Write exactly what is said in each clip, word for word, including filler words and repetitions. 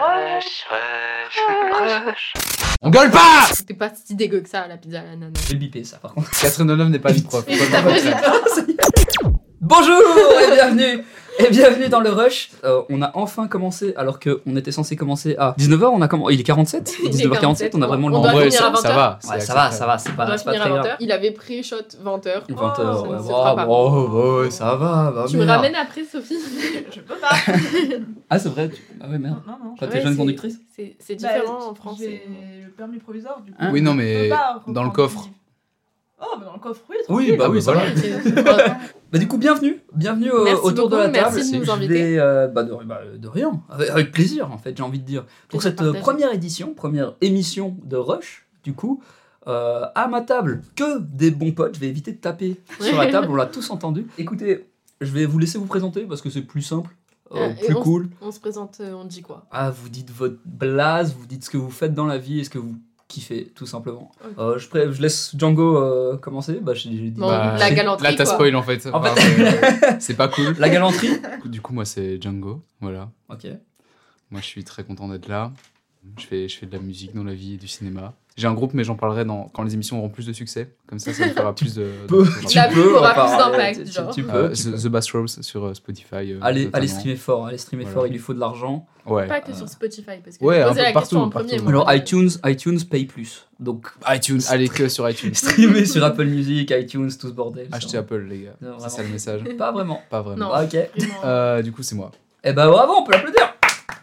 Rush, rush, rush. On gueule pas. C'était pas si dégueu que ça, la pizza à l'ananas. Je vais le biper ça par contre. Catherine Deneuve n'est pas une prof. Bonjour et bienvenue et bienvenue dans le Rush. Euh, on a enfin commencé alors qu'on était censé commencer à dix-neuf heures. On a commencé. Il est quarante-sept. dix-neuf heures quarante-sept. On a vraiment le On temps. doit Ouais, finir à ça, vingt ça heures. va. Ouais, ça va, ça va. C'est On pas, doit c'est pas finir très à vingt grave. heures. Il avait pré-shot vingt heures. vingt heures. ça Ouais, ne se wow, fera pas. wow, wow, ça va. va Tu me merde. ramènes après, Sophie? Je peux pas. Ah c'est vrai. tu- Ah ouais merde. Non, non. Quand Ouais, t'es jeune c'est- conductrice. C'est c'est Bah, différent en France. J'ai le permis provisoire du coup. Hein Oui, non, Je mais peux pas dans le reprendre coffre. le- Oh, bah dans le coffre, oui. Oui, bah Ah, oui, bah, voilà. voilà. Bah du coup, bienvenue, bienvenue euh, Merci autour de la beaucoup, table. merci de nous Je inviter. vais, euh, bah, de, bah, de rien, avec, avec plaisir en fait, j'ai envie de dire. Pour Plaisir cette euh, partagé. première édition, première émission de Rush, du coup, euh, à ma table, que des bons potes. Je vais éviter de taper sur la table, on l'a tous entendu. Écoutez, je vais vous laisser vous présenter parce que c'est plus simple, euh, Euh, et plus on- cool. On se présente, euh, on dit quoi? Ah, vous dites votre blase, vous dites ce que vous faites dans la vie et ce que vous kiffez, tout simplement. Ok. Euh, je, pré- je laisse Django euh, commencer. Bah, j'ai j'ai dit Bon, Bah, la galanterie, Là, t'as quoi. spoil en fait. En Enfin, fait- c'est- c'est pas cool. la galanterie. Du coup, moi, c'est Django. Voilà. Ok. Moi, je suis très content d'être là. Je fais, je fais de la musique dans la vie et du cinéma. J'ai un groupe, mais j'en parlerai dans, quand les émissions auront plus de succès. Comme ça, ça me fera plus de. de- Peux- de- tu La peux pub aura en plus parler, d'impact, tu- genre. tu peux, Euh, tu The, peux. The Bathrobes sur euh, Spotify. euh, Allez, notamment. allez streamer fort, allez streamer Voilà. fort, il lui faut de l'argent. Ouais. Pas que Euh, sur Spotify, parce que ouais, j'ai un posé peu la partout, question en partout. premier. moi. Alors iTunes, iTunes paye plus. Donc iTunes, allez que sur iTunes. streamer sur Apple Music, iTunes, tout ce bordel. c'est Achetez Apple, les gars. Non, C'est ça vraiment. le message. Pas vraiment. Pas vraiment. Non. Ah, ok. Vraiment. Euh, du coup, c'est moi. Eh ben bravo, on peut l'applaudir.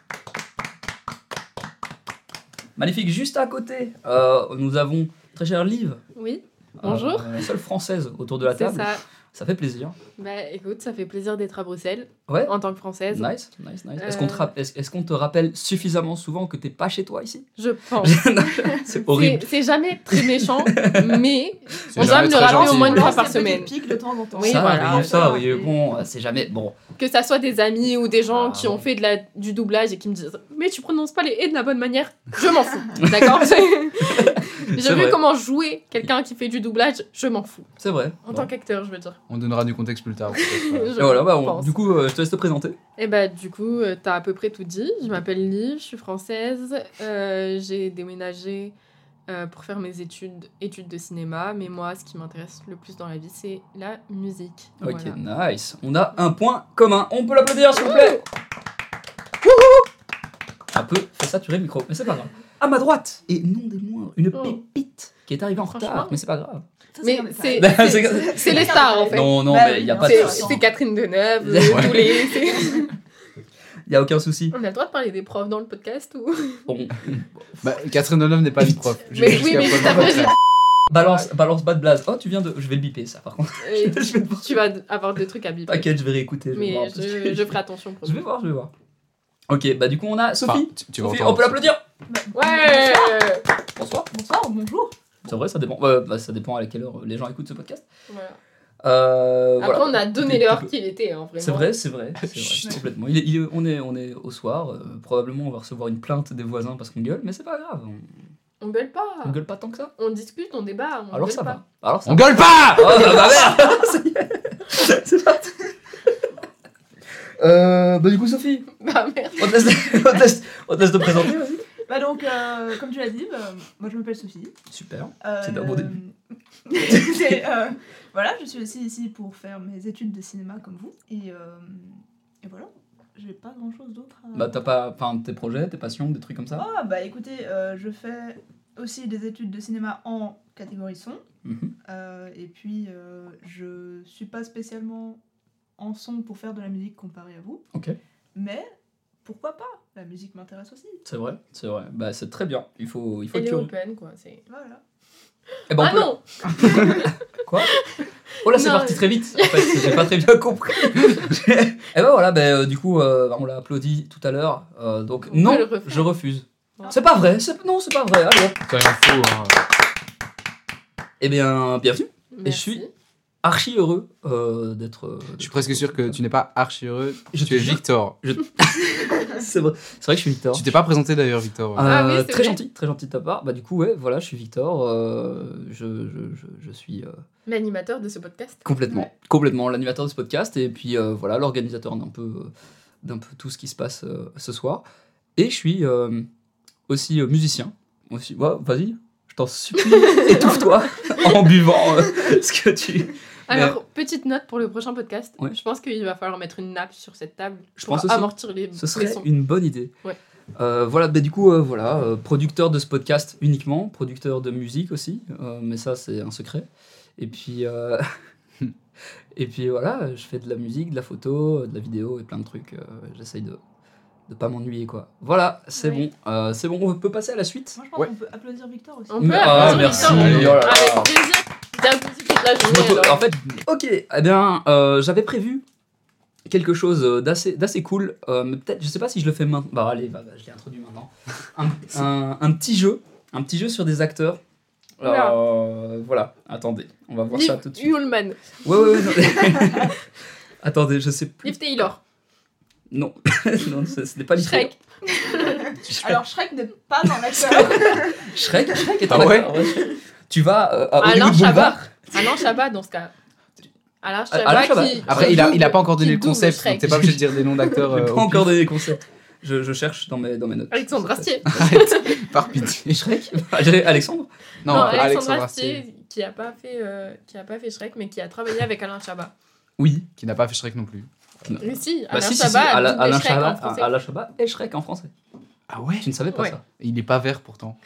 Magnifique, juste à côté, euh, nous avons très chère Liv. Oui, euh, bonjour. la seule française autour de la C'est table. ça. Ça fait plaisir. Bah écoute, ça fait plaisir d'être à Bruxelles Ouais. en tant que Française. Nice, nice, nice. Est-ce Euh. qu'on te, rap- est-ce, est-ce qu'on te rappelle suffisamment souvent que t'es pas chez toi ici? Je pense. C'est horrible. C'est c'est jamais très méchant, mais C'est on doit jamais me le très rappeler au gentil. moins une fois Lance par des petites semaine. piques de temps en temps. Oui, ça, voilà. oui, ça, oui, Et- bon, c'est jamais bon. Que ça soit des amis ou des gens Ah, qui bon. ont fait de la, du doublage et qui me disent mais tu prononces pas les et de la bonne manière, je m'en fous, d'accord? J'ai C'est vu vrai. comment jouer quelqu'un qui fait du doublage, je m'en fous. C'est vrai. En Bon. tant qu'acteur, je veux dire. On donnera du contexte plus tard. peut-être. Voilà. Je Et voilà, bah, on- pense. du coup, euh, je te laisse te présenter. Et bah du coup, euh, t'as à peu près tout dit. Je m'appelle Liv, je suis française. Euh, j'ai déménagé euh, pour faire mes études, études de cinéma. Mais moi, ce qui m'intéresse le plus dans la vie, c'est la musique. Ok, Voilà. nice. On a un point commun. On peut l'applaudir, s'il vous plaît. Wouhou. Un peu saturé le micro, mais c'est pas grave. À ma droite, et non des moindres, une Oh. pépite qui est arrivée en Franchement. retard, mais c'est pas grave. Ça, Mais comme ça. c'est C'est- c'est- c'est les stars en fait. Non, non, Bah mais il oui, n'y a non, pas C'est de. c'est- c'est Catherine Deneuve, Ouais. euh, tous les. c'est- Il y a aucun souci. On a le droit de parler des profs dans le podcast ou. Bon, Bah, Catherine Deneuve n'est pas une prof. Je- Mais jusqu'à oui, mais preuve juste du après, contraire. balance, balance bas de blase. Oh, tu viens de. Je vais le biper ça, par contre. Et Je vais voir. tu vas avoir des trucs à biper. T'inquiète, je vais réécouter. Je vais, Mais voir un peu ce je, que- je ferai attention. pour Je vais voir, je vais voir. Ok, bah du coup, on a Sophie. Enfin, tu, tu vas Sophie, entendre. on peut l'applaudir. Bah, Ouais. Bonsoir. Bonsoir, bonjour. C'est vrai, ça dépend. Euh, bah, ça dépend à quelle heure les gens écoutent ce podcast. Voilà. Euh, Après, voilà. on a donné Tu peux- l'heure tu peux- qu'il était, hein, vraiment. C'est vrai, c'est vrai, c'est vrai, Chut. complètement. Il est, il est- on, est, on est au soir, euh, probablement on va recevoir une plainte des voisins parce qu'on gueule, mais c'est pas grave, on, On gueule pas. on gueule pas tant que ça. On discute, on débat, on Alors gueule ça pas. va. Alors ça On va. gueule pas. Oh bah, bah merde. Ça y est. C'est parti. Euh, bah du coup Sophie, Bah merde. on te laisse, on te laisse, on te laisse te présenter, vas-y. Bah donc, euh, comme tu l'as dit, bah, moi je m'appelle Sophie. Super. Euh, C'est un bon début. c'est, euh, voilà, je suis aussi ici pour faire mes études de cinéma comme vous. Et, euh, et voilà, j'ai pas grand chose d'autre à. Bah t'as pas, enfin tes projets, tes passions, des trucs comme ça. Ah bah écoutez, euh, je fais aussi des études de cinéma en catégorie son. Mhm. Euh, et puis, euh, je suis pas spécialement en son pour faire de la musique comparé à vous. Ok. Mais pourquoi pas? La musique m'intéresse aussi. C'est vrai, c'est vrai. Bah c'est très bien. Il faut, il faut Elle être est curieux. open, quoi. C'est... Voilà. Eh ben, on Ah peut- non. Quoi? Oh là, c'est Non, parti mais- très vite. En fait, j'ai pas très bien compris. Et ben voilà, ben, euh, du coup, euh, on l'a applaudi tout à l'heure. euh, donc, On non, peut le refaire. je refuse. Ah. C'est pas vrai. C'est... Non, c'est pas vrai. Allez, hop. C'est rien faux. Hein. Eh bien, bienvenue. Merci. je suis- Archi heureux euh, d'être. euh, Je suis presque sûr que tu n'es pas archi heureux. Je tu te es jure. Victor. c'est vrai. C'est vrai que je suis Victor. Tu t'es pas présenté d'ailleurs, Victor. Euh, Ah oui, c'est très vrai. gentil, très gentil de ta part. Bah du coup, ouais, voilà, je suis Victor. euh, je, je, je, je suis euh, L'animateur de ce podcast. complètement, Ouais. complètement l'animateur de ce podcast et puis euh, voilà, l'organisateur d'un peu, euh, d'un peu tout ce qui se passe euh, ce soir. Et je suis euh, aussi euh, musicien. Aussi. Ouais, vas-y, je t'en supplie, étouffe-toi en buvant euh, ce que tu... Alors, petite note pour le prochain podcast. Ouais. Je pense qu'il va falloir mettre une nappe sur cette table Je pour pense aussi. amortir les, Ce les serait sons. une bonne idée. Ouais. Euh, voilà, bah, du coup, euh, voilà, euh, producteur de ce podcast uniquement, producteur de musique aussi, euh, mais ça c'est un secret. Et puis, euh, et puis voilà, je fais de la musique, de la photo, de la vidéo et plein de trucs. euh, J'essaye de de pas m'ennuyer quoi. Voilà, c'est Ouais. bon, euh, c'est bon, on peut passer à la suite. Moi, je pense Ouais. qu'on peut applaudir Victor aussi. On peut Ah, applaudir merci. Victor. Oh là là. Avec plaisir. J'ai applaudi toute la Je journée. m'auto- alors. En fait, ok, eh bien, euh, j'avais prévu quelque chose d'assez d'assez cool, euh, mais peut-être, je sais pas si je le fais maintenant. Bah allez, bah, bah, je l'ai introduit maintenant. Un, un, un petit jeu, un petit jeu sur des acteurs. Oula. Euh, voilà, attendez, on va voir ça Liv tout de suite. Ullmann. Ouais, ouais, ouais. non. Attendez, je sais plus. Liv Taylor. Non, non, ce ce n'est pas l'histoire. Shrek. Alors, Shrek n'est pas un acteur. Shrek, Shrek est Ah un ouais acteur, ouais. Tu vas euh, à Alain Hollywood Chabat. Boulevard. Alain Chabat dans ce cas. Alain Alain Chabat Chabat. qui. Après, qui il a, double- il a pas encore donné qui le double concept, Shrek. donc t'es pas obligé de dire des noms d'acteurs. J'ai euh, pas au encore pif. donné les concepts. Je, je cherche dans mes, dans mes notes. Alexandre Astier. Arrête, par pitié. Shrek Allez, Alexandre Non, Non, Alexandre, Alexandre Astier, Astier qui a pas fait euh, qui a pas fait Shrek mais qui a travaillé avec Alain Chabat. Oui. qui n'a pas fait Shrek non plus. Mais si, Bah, Alain si, si, si, Chabat a Alain, doublé Alain Shrek en Chabat, français. Alain Chabat et Shrek en français. Ah ouais Tu ne savais pas Ouais. ça. Il est pas vert pourtant.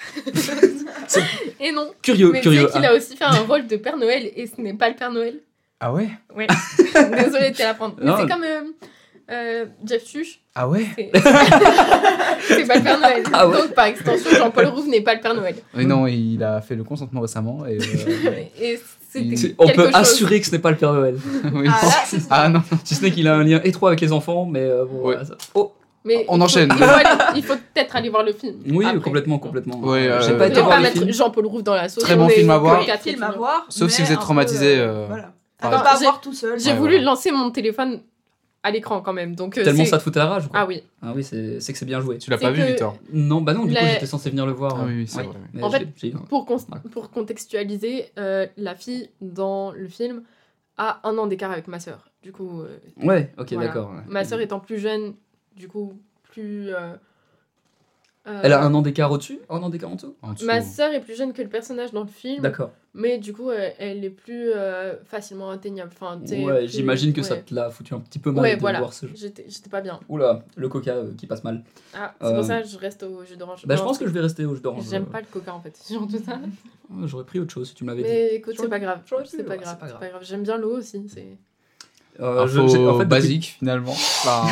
Et non. Curieux, Mais tu curieux. sais qu'il a aussi fait un rôle de Père Noël et ce n'est pas le Père Noël. Ah ouais Ouais. Désolée de te l'apprendre. Mais Non. c'est comme euh, euh, Jeff Tuch. Ah ouais C'est c'est pas le Père Noël. Ah ouais. Donc par extension, Jean-Paul Rouve n'est pas le Père Noël. Oui, non, il a fait le consentement récemment. Et, euh, Et c'était C'est- On quelque peut chose. assurer que ce n'est pas le Père Noël. oui. Ah, là, c'est ça. Ah non, Si ce n'est qu'il a un lien étroit avec les enfants, mais euh, bon, Ouais. voilà, ça- Oh, Mais On il faut- enchaîne. Il faut, aller- il faut peut-être aller voir le film. oui, après. complètement, complètement. Ouais, Euh, euh, J'ai Je pas vais été pas voir le mettre film. Jean-Paul Rouve dans la sauce. Très on bon est film à que voir. quatre Film à étudiants. voir. Sauf si mais vous êtes un peu, traumatisé, euh, Voilà. par- À pas J'ai- voir tout seul. J'ai Ouais, voulu voilà. lancer mon téléphone à l'écran quand même. Donc, euh, Tellement c'est- ça te foutait la rage, ou quoi. Ah oui. Ah oui, c'est c'est que c'est bien joué. Tu l'as C'est pas vu, que- Victor Non, bah non, du coup, La- j'étais censé venir le voir. Ah euh, oui, oui, c'est ouais. vrai. oui. Mais En j'ai- fait, j'ai- Pour, con- Ouais. pour contextualiser, euh, la fille dans le film a un an d'écart avec ma sœur. Du coup, euh, Ouais, ok, voilà. d'accord. ouais. Ma sœur étant plus jeune, du coup, plus. euh, euh, Elle a un an d'écart au-dessus Un an d'écart en dessous En dessous. Ma sœur est plus jeune que le personnage dans le film, D'accord. mais du coup, elle, elle est plus euh, facilement atteignable. Enfin, tu sais, Ouais, plus- j'imagine que ça ouais. te l'a foutu un petit peu mal Ouais, de voilà. voir ce jeu. J'étais j'étais pas bien. Oula, le coca euh, qui passe mal. Ah, c'est Euh, pour ça que je reste au jus d'orange. Bah, je Non, pense que je vais rester au jeu d'orange. J'aime pas le coca en fait, surtout ça. Euh, J'aurais pris autre chose si tu me l'avais dit. Mais écoute, J'aurais c'est pas pu- grave. j'aurais pu, C'est pas ouais, grave. c'est pas C'est grave. pas grave. J'aime bien l'eau aussi. C'est. Euh, je- Info j'ai- en fait, depuis- basique finalement. Enfin,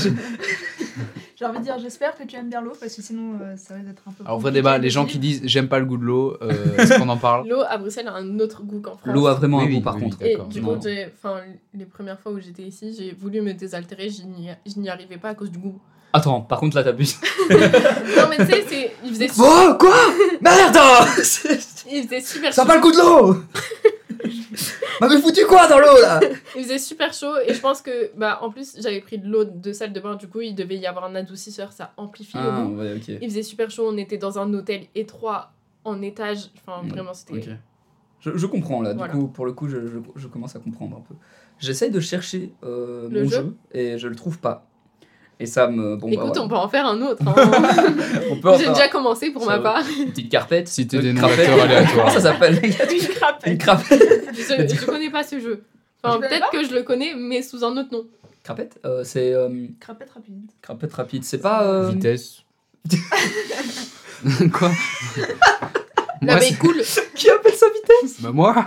J'ai envie de dire, j'espère que tu aimes bien l'eau parce que sinon euh, ça risque d'être un peu. alors, vrai compliqué débat, de les gens vivre. qui disent j'aime pas le goût de l'eau, euh, est-ce qu'on en parle L'eau à Bruxelles a un autre goût qu'en France. L'eau a vraiment Oui, un oui, goût par oui, contre. Et d'accord. du Non. coup, j'ai, enfin, les premières fois où j'étais ici, j'ai voulu me désaltérer, je n'y, je n'y arrivais pas à cause du goût. Attends, par contre là t'abuses. Non, mais tu sais, c'est, il faisait, su- Oh quoi Merde C'est- il faisait super Ça chaud. a pas le coup de l'eau M'avait foutu quoi dans l'eau là Il faisait super chaud et je pense que, bah, en plus, j'avais pris de l'eau de salle de bain, du coup, il devait y avoir un adoucisseur, ça amplifie le Ah goût. ouais, ok. Il faisait super chaud, on était dans un hôtel étroit en étage, enfin, Ouais, vraiment, c'était. Ok. Je, je comprends là, Voilà. du coup, pour le coup, je, je, je commence à comprendre un peu. J'essaye de chercher euh, Le mon jeu jeu et je le trouve pas. Et ça me. Bon, Écoute, bah, on peut en faire un autre. Hein. on peut en J'ai faire déjà commencé pour Ça ma va. part. une petite carpette. Citer Une des noms crapette. d'acteurs aléatoires. Comment ça s'appelle Une crapette. Une crapette. Je, je connais pas ce jeu. Enfin, Tu connais peut-être que je le connais, mais sous un autre nom. Crapette euh, C'est. euh, Crapette rapide. crapette rapide. C'est pas. euh, Vitesse. Quoi La Moi, baie c'est- cool. Qui appelle ça vitesse Bah moi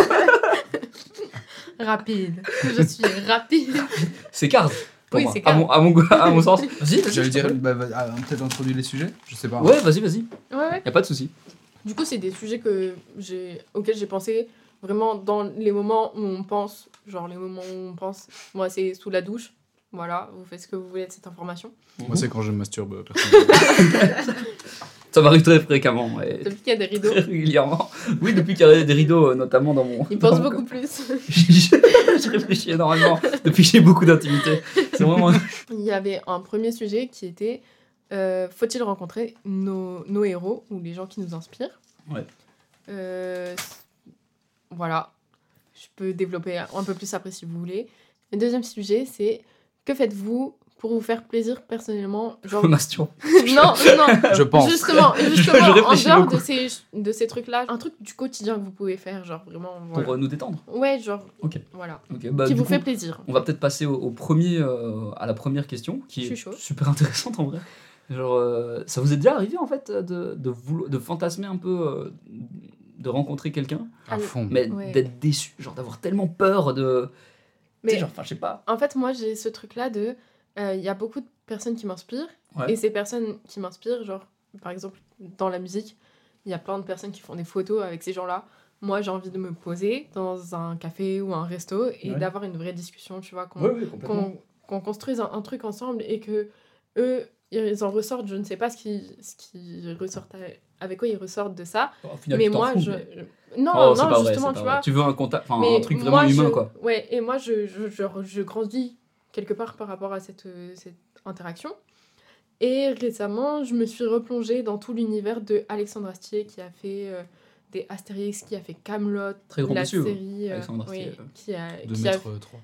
Rapide. Je suis rapide. C'est Cars. Pour Oui, moi. c'est à Cars. mon, à, mon, goût- à mon sens. Vas-y, vas-y. J'allais je t'en dire, prie. bah, bah, ah, peut-être introduire les sujets Je sais pas. Ouais, vas-y, vas-y. Ouais, ouais. Y a pas de souci. Du coup, c'est des sujets que j'ai, auxquels j'ai pensé vraiment dans les moments où on pense. Genre, les moments où on pense. Moi, c'est sous la douche. Voilà, vous faites ce que vous voulez de cette information. Moi, c'est quand je me masturbe, euh, personnellement. Ça m'arrive très fréquemment. Ouais. Depuis qu'il y a des rideaux, Très régulièrement. Oui, depuis qu'il y a des rideaux, euh, notamment dans mon. ils dans pensent mon beaucoup plus. je réfléchis énormément depuis que j'ai beaucoup d'intimité. C'est vraiment. Il y avait un premier sujet qui était euh, faut-il rencontrer nos, nos héros ou les gens qui nous inspirent. Ouais. Euh, voilà. Je peux développer un peu plus après si vous voulez. Le deuxième sujet, c'est que faites-vous pour vous faire plaisir personnellement, genre Je masturbe. non, non, Je pense. justement, Je- justement je en réfléchis dehors beaucoup. de ces de ces trucs-là, un truc du quotidien que vous pouvez faire, genre vraiment voilà. Pour euh, nous détendre. Ouais, genre Ok. voilà, Ok, bah, qui du vous coup, fait plaisir. on va peut-être passer au, au premier, euh, à la première question, qui Je est suis chaud. super intéressante en vrai. Genre, euh, ça vous est déjà arrivé en fait de, de, voulo- de fantasmer un peu, euh, de rencontrer quelqu'un, À fond. mais Ouais. d'être déçu, genre d'avoir tellement peur de. Tu sais, Mais genre, enfin, je sais pas. en fait, moi, j'ai ce truc-là de... euh, Il y a beaucoup de personnes qui m'inspirent. Ouais. Et ces personnes qui m'inspirent, genre, par exemple, dans la musique, il y a plein de personnes qui font des photos avec ces gens-là. Moi, j'ai envie de me poser dans un café ou un resto et Ouais. d'avoir une vraie discussion, tu vois, qu'on Ouais, ouais, complètement. qu'on qu'on construise un, un truc ensemble et que eux, ils en ressortent, je ne sais pas ce qui, ce qui ressortent, avec- avec quoi ils ressortent de ça. Au final, mais tu t'en moi, fous, je... mais- je- Non, Oh, c'est non, pas vrai, justement, c'est tu pas vois. vrai. Tu veux un contact, enfin Mais un truc vraiment moi, humain, je- quoi. Ouais, et moi, je, je, je, je grandis quelque part par rapport à cette, euh, cette interaction. Et récemment, je me suis replongée dans tout l'univers de Alexandre Astier, qui a fait euh, des Astérix, qui a fait Camelot, Très grand la monsieur, série, euh, Alexandre Astier, oui, euh, qui a, deux qui a, mètres trois.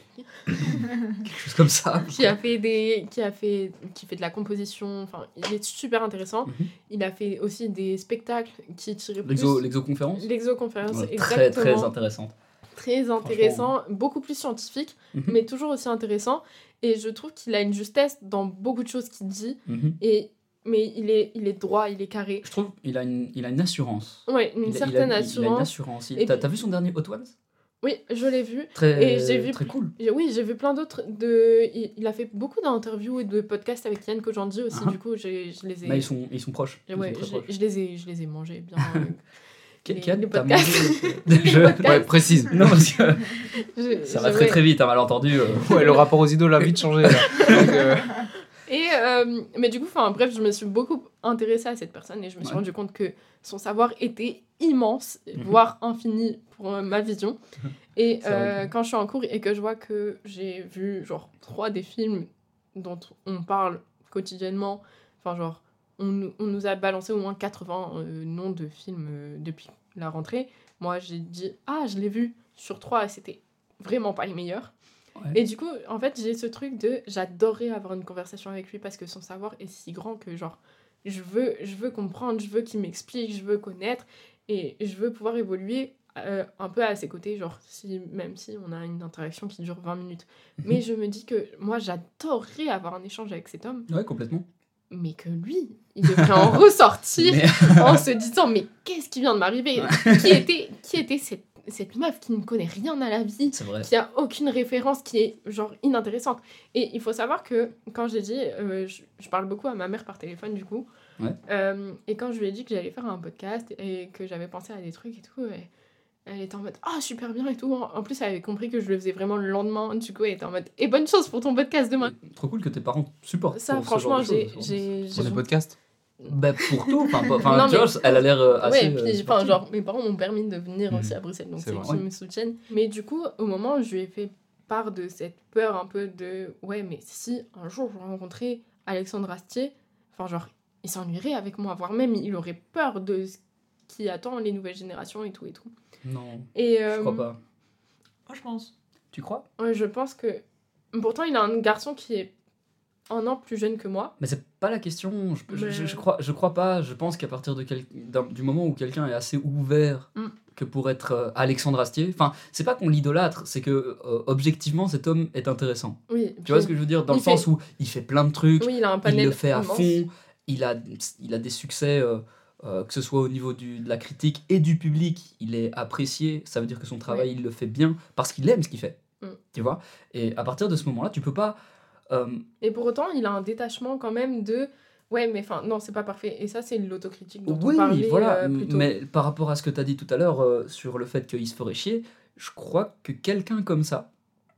Quelque chose comme ça. qui a fait des, qui a fait, qui fait de la composition. Enfin, il est super intéressant. Mhm. Il a fait aussi des spectacles qui tiraient L'exo- plus L'exoconférence. l'exoconférence, Ouais, très, exactement. très intéressante. Très intéressant, beaucoup plus scientifique, Mhm. mais toujours aussi intéressant. Et je trouve qu'il a une justesse dans beaucoup de choses qu'il dit. Mhm. Et, mais il est, il est droit, il est carré. Je trouve qu'il a une, il a une assurance. Ouais, une Il a- il a- certaine il a une assurance. assurance. Il- Et T'as puis- t'as vu son dernier Hot Ones? Oui, je l'ai vu. Très, Et j'ai vu très plus- cool. J'ai- Oui, j'ai vu plein d'autres. De... Il, il a fait beaucoup d'interviews et de podcasts avec Yann Kojandi aussi. Ah. Du coup, j'ai- je les ai. Mais ils sont, ils sont proches. Ils Ouais, sont très je, proches. je les ai, je les ai mangés bien. euh, Qui- les- qui a- les t'as podcasts. mangé- Les Je- podcasts. Ouais, précise. Non, parce que Je- ça va je- très ouais. très vite, un malentendu. euh. Ouais, le rapport aux idoles a vite changé. Là. Donc, euh, Et euh, mais du coup, enfin bref, je me suis beaucoup intéressée à cette personne et je me suis Ouais. rendu compte que son savoir était immense, Mhm. voire infini pour euh, ma vision. Et C'est vrai euh, que- quand je suis en cours et que je vois que j'ai vu genre trois des films dont on parle quotidiennement, enfin genre on, nous- on nous a balancé au moins quatre-vingts euh, noms de films euh, depuis la rentrée. Moi, j'ai dit ah, je l'ai vu sur trois et c'était vraiment pas les meilleurs. Ouais. Et du coup, en fait, j'ai ce truc de j'adorerais avoir une conversation avec lui parce que son savoir est si grand que genre je veux je veux comprendre, je veux qu'il m'explique, je veux connaître et je veux pouvoir évoluer euh, un peu à ses côtés, genre si même si on a une interaction qui dure vingt minutes. Mais je me dis que moi j'adorerais avoir un échange avec cet homme, Ouais, complètement. mais que lui, il devrait en ressortir Mais- en se disant mais qu'est-ce qui vient de m'arriver? Qui était qui était cette cette meuf qui ne connaît rien à la vie? C'est vrai. Qui a aucune référence, qui est genre inintéressante. Et il faut savoir que quand j'ai dit, euh, je, je parle beaucoup à ma mère par téléphone du coup, Ouais. Euh, et quand je lui ai dit que j'allais faire un podcast et que j'avais pensé à des trucs et tout, elle, elle était en mode ah super bien et tout. En plus, elle avait compris que je le faisais vraiment le lendemain, du coup elle était en mode et bonne chance pour ton podcast demain. Trop cool que tes parents supportent. Ça, pour ce franchement, genre de j'ai. choses. j'ai- Pour j'ai- des podcasts. Bah, pour tout. Enfin, pas- enfin, Non, tu mais- vois, elle a l'air euh, assez. Ouais, euh, puis enfin, sportive. genre, mes parents m'ont permis de venir aussi Mhm. à Bruxelles, donc C'est c'est vrai. qui Ouais. me soutiennent. Mais du coup, au moment où je lui ai fait part de cette peur un peu de ouais, mais si un jour je rencontrais Alexandre Astier, enfin, genre, il s'ennuierait avec moi, voire même il aurait peur de ce qui attend les nouvelles générations et tout et tout. Non, Et je euh, crois pas. Moi, je pense. Tu crois? ouais, je pense que. Pourtant, il a un garçon qui est un an plus jeune que moi. Mais c'est pas la question. Je, je, Mais- je- je crois, je crois pas. Je pense qu'à partir de quel, d'un- du moment où quelqu'un est assez ouvert Mm. que pour être euh, Alexandre Astier, enfin, c'est pas qu'on l'idolâtre, c'est que euh, objectivement cet homme est intéressant. Oui. Tu vois ce que je veux dire? Dans il le sens fait- où il fait plein de trucs, Oui, il a un il panel. le fait à immense. fond, il a, il a des succès, euh, euh, que ce soit au niveau du, de la critique et du public, il est apprécié, ça veut dire que son travail, il le fait bien parce qu'il aime ce qu'il fait. Mm. Tu vois? Et à partir de ce moment-là, tu peux pas. euh, Et pour autant, il a un détachement quand même de ouais, mais enfin, non, c'est pas parfait. Et ça, c'est l'autocritique dont oui, on parlait voilà, euh, plus tôt. mais par rapport à ce que tu as dit tout à l'heure euh, sur le fait qu'il se ferait chier, je crois que quelqu'un comme ça,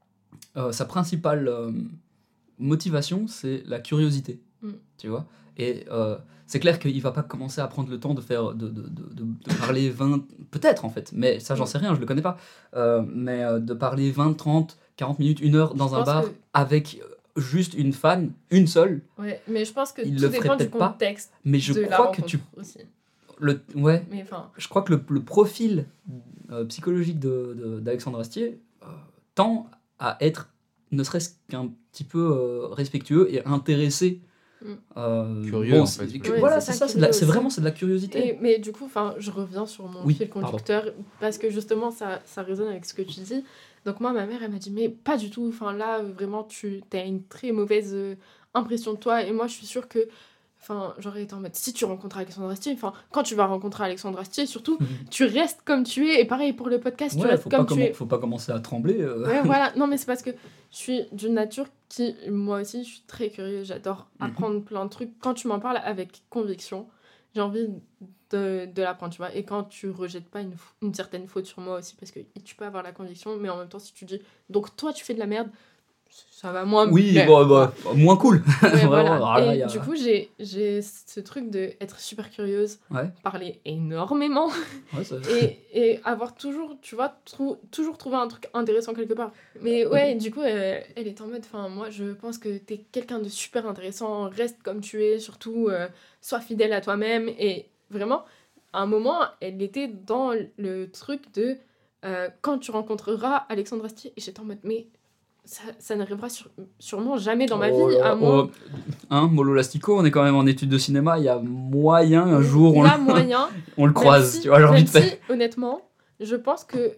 euh, sa principale euh, motivation, c'est la curiosité. Mm. Tu vois? Et euh, c'est clair qu'il va pas commencer à prendre le temps de faire de, de, de, de- de parler vingt, peut-être en fait, mais ça j'en Mm. sais rien, je le connais pas, Euh, mais euh, de parler vingt, trente, quarante minutes, une heure dans Je un pense bar que- avec euh, juste une fan, une seule, Ouais, mais je pense que Il tout le ferait dépend du peut-être pas, contexte mais je de la crois que rencontre tu aussi. le ouais, Mais enfin, je crois que le, le profil euh, psychologique de, de- d'Alexandre Astier euh, tend à être ne serait-ce qu'un petit peu euh, respectueux et intéressé. Mm. Euh, Curieux, bon, en c'est- fait. que- Ouais, voilà, c'est c'est ça, ça, c'est, de la- curieux c'est aussi. vraiment c'est de la curiosité. Et, mais du coup, enfin, je reviens sur mon Oui, fil pardon. conducteur parce que justement, ça, ça résonne avec ce que tu dis. Donc moi, ma mère, elle m'a dit, mais pas du tout. Enfin là, vraiment, tu as une très mauvaise euh, impression de toi. Et moi, je suis sûre que, enfin, j'aurais été en mode, si tu rencontres Alexandre Astier, enfin, quand tu vas rencontrer Alexandre Astier, surtout, tu restes comme tu es. Et pareil pour le podcast, tu Ouais, restes faut pas, comme tu commen- es. faut pas commencer à trembler. euh. Ouais, voilà. Non, mais c'est parce que je suis d'une nature qui, moi aussi, je suis très curieuse. J'adore Mhm. apprendre plein de trucs. Quand tu m'en parles avec conviction, j'ai envie de, de l'apprendre, tu vois. Et quand tu rejettes pas une, f- une certaine faute sur moi aussi, parce que tu peux avoir la conviction, mais en même temps, si tu dis, donc toi, tu fais de la merde, ça va moins me Oui, plaire, bon, quoi. bah, moins cool. Ouais, Vraiment, voilà. alors là, Et y a- du coup, j'ai, j'ai ce truc d'être super curieuse, Ouais, parler énormément, ouais, ça- et, et avoir toujours, tu vois, trou- toujours trouver un truc intéressant quelque part. Mais ouais, du coup, elle, elle est en mode, enfin, moi, je pense que t'es quelqu'un de super intéressant, reste comme tu es, surtout, euh, sois fidèle à toi-même. Et vraiment, à un moment, elle était dans le truc de, euh, quand tu rencontreras Alexandre Astier, et j'étais en mode, mais ça, ça n'arrivera sur- sûrement jamais dans ma Oh vie, là, à moins... oh, hein, Molo Lastico, on est quand même en études de cinéma, il y a moyen un jour on, Il y a le- moyen. on le Même croise, si- tu vois, j'ai envie même de faire. si, honnêtement, je pense que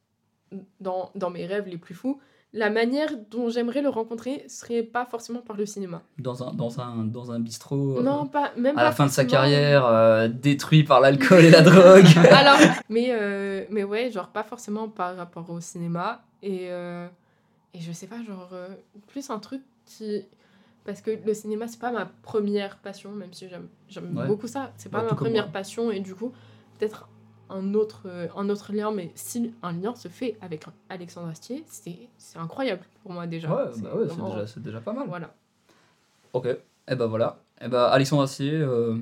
dans, dans mes rêves les plus fous, la manière dont j'aimerais le rencontrer serait pas forcément par le cinéma. Dans un, dans un, dans un bistrot, euh, Non, pas, même à pas la fin de sa forcément. carrière, euh, détruit par l'alcool et la drogue. Alors, mais, euh, mais ouais, genre pas forcément par rapport au cinéma. Et, euh, et je sais pas, genre, euh, plus un truc qui... Parce que le cinéma, c'est pas ma première passion, même si j'aime, j'aime Ouais. beaucoup ça. C'est pas Bah, ma tout comme première moi. passion, et du coup, peut-être un autre, euh, un autre lien, mais si un lien se fait avec Alexandre Astier, c'est, c'est incroyable pour moi déjà. Ouais, C'est bah ouais, c'est vraiment- déjà, c'est déjà pas mal. Voilà. Ok, et ben voilà. Et ben Alexandre Astier, euh,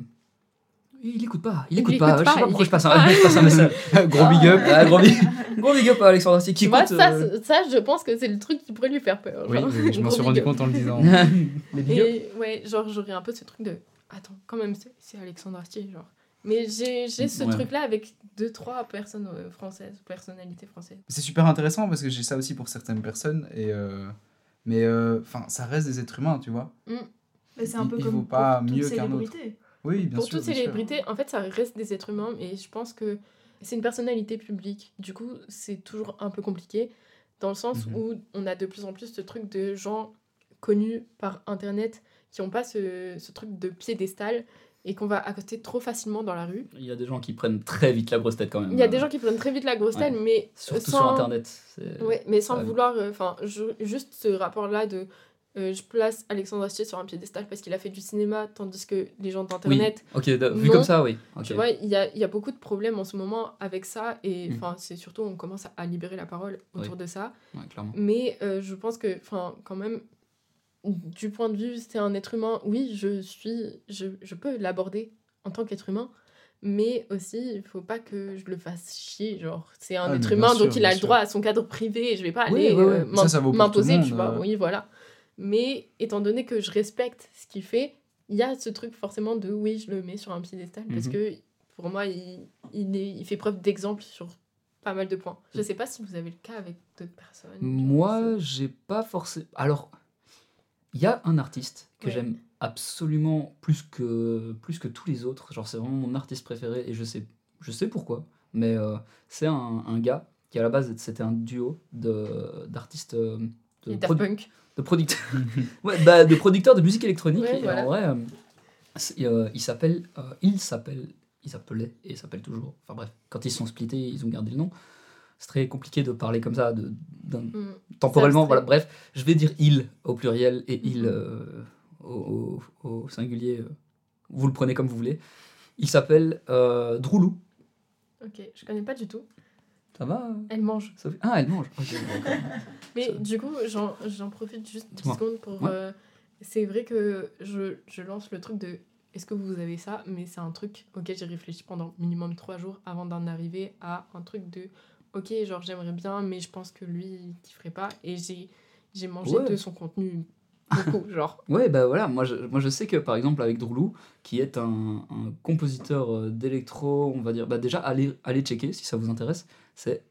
il écoute pas, il Il écoute écoute pas. Je sais pas, pas il pourquoi je passe, écoute un, pas. je passe un message. Gros big up. Ah, gros, big, gros big up à Alexandre Astier qui Tu vois, écoute. ça, euh, c'est- ça, je pense que c'est le truc qui pourrait lui faire peur. Oui, genre. oui, oui, je m'en Gros suis big rendu up. compte en le disant. les big up. Et ouais, genre, j'aurais un peu ce truc de. Attends, quand même, c'est, c'est Alexandre Astier, genre. Mais j'ai, j'ai ce Ouais. truc-là avec deux, trois personnes euh, françaises, personnalités françaises. C'est super intéressant parce que j'ai ça aussi pour certaines personnes. Et euh, mais enfin, ça reste des êtres humains, tu vois. Mais c'est un Il- peu il comme vaut pas pour toute mieux qu'un autre. célébrité. Oui, bien Pour sûr. toute bien sûr. célébrité, en fait, ça reste des êtres humains, et je pense que c'est une personnalité publique. Du coup, c'est toujours un peu compliqué, dans le sens Mhm. où on a de plus en plus ce truc de gens connus par Internet qui n'ont pas ce, ce truc de piédestal et qu'on va accoster trop facilement dans la rue. Il y a des gens qui prennent très vite la grosse tête quand même. Il y a des gens qui prennent très vite la grosse tête, mais Surtout sans... sur internet. c'est- Ouais, mais sans ça- vouloir... Enfin, juste ce rapport-là de... euh, je place Alexandre Astier sur un piédestal parce qu'il a fait du cinéma, tandis que les gens Oui, d'Internet... ok, de- vu Non. comme ça, oui. Ok. Tu vois, il y a, il y a beaucoup de problèmes en ce moment avec ça, et Mm. enfin, c'est surtout, on commence à libérer la parole autour Oui. de ça. Ouais, clairement. Mais euh, je pense que, enfin, quand même, du point de vue, c'est un être humain, oui, je suis, je, je peux l'aborder en tant qu'être humain, mais aussi, il faut pas que je le fasse chier, genre, c'est un Ah, être mais bien humain, sûr, donc il bien a le sûr. droit à son cadre privé, et je vais pas Oui, aller ouais, ouais. euh, Ça, ça vaut pour tout le m'imposer, monde, tu vois, euh. oui, voilà. Mais étant donné que je respecte ce qu'il fait, il y a ce truc forcément de, oui, je le mets sur un piédestal, parce Mhm. que pour moi, il, il, est, il fait preuve d'exemple sur pas mal de points. Je sais pas si vous avez le cas avec d'autres personnes. Moi, j'ai pas forcément. Alors, il y a un artiste que Ouais. j'aime absolument plus que, plus que tous les autres. Genre, c'est vraiment mon artiste préféré et je sais, je sais pourquoi. Mais euh, c'est un, un gars qui, à la base, c'était un duo de, d'artistes. euh, de Et Daft produ- Punk. de producteurs ouais, bah, de producteurs de musique électronique. Ouais, et voilà. en vrai, euh, c'est, euh, il s'appelle, euh, il s'appelle, il s'appelait et il s'appelle toujours. Enfin bref, quand ils se sont splittés, ils ont gardé le nom. C'est très compliqué de parler comme ça, de, d'un- Mm. temporellement. abstrait. Voilà, bref, je vais dire il au pluriel et il Mhm. euh, au, au- au singulier. euh, Vous le prenez comme vous voulez. Il s'appelle euh, Droulou. Ok, je connais pas du tout. Ça va euh, Elle mange. Sophie Ah, elle mange. Ok, d'accord. Mais Ça- du coup, j'en, j'en profite juste dix Dis-moi. secondes pour... Ouais. euh, c'est vrai que je, je lance le truc de... Est-ce que vous avez ça? Mais c'est un truc auquel j'ai réfléchi pendant minimum trois jours avant d'en arriver à un truc de... Ok, genre j'aimerais bien, mais je pense que lui, il kifferait pas. Et j'ai, j'ai mangé Ouais. de son contenu beaucoup, genre. Ouais, bah voilà, moi je, moi je sais que par exemple avec Droulou, qui est un, un compositeur euh, d'électro, on va dire, bah déjà allez, allez checker si ça vous intéresse, c'est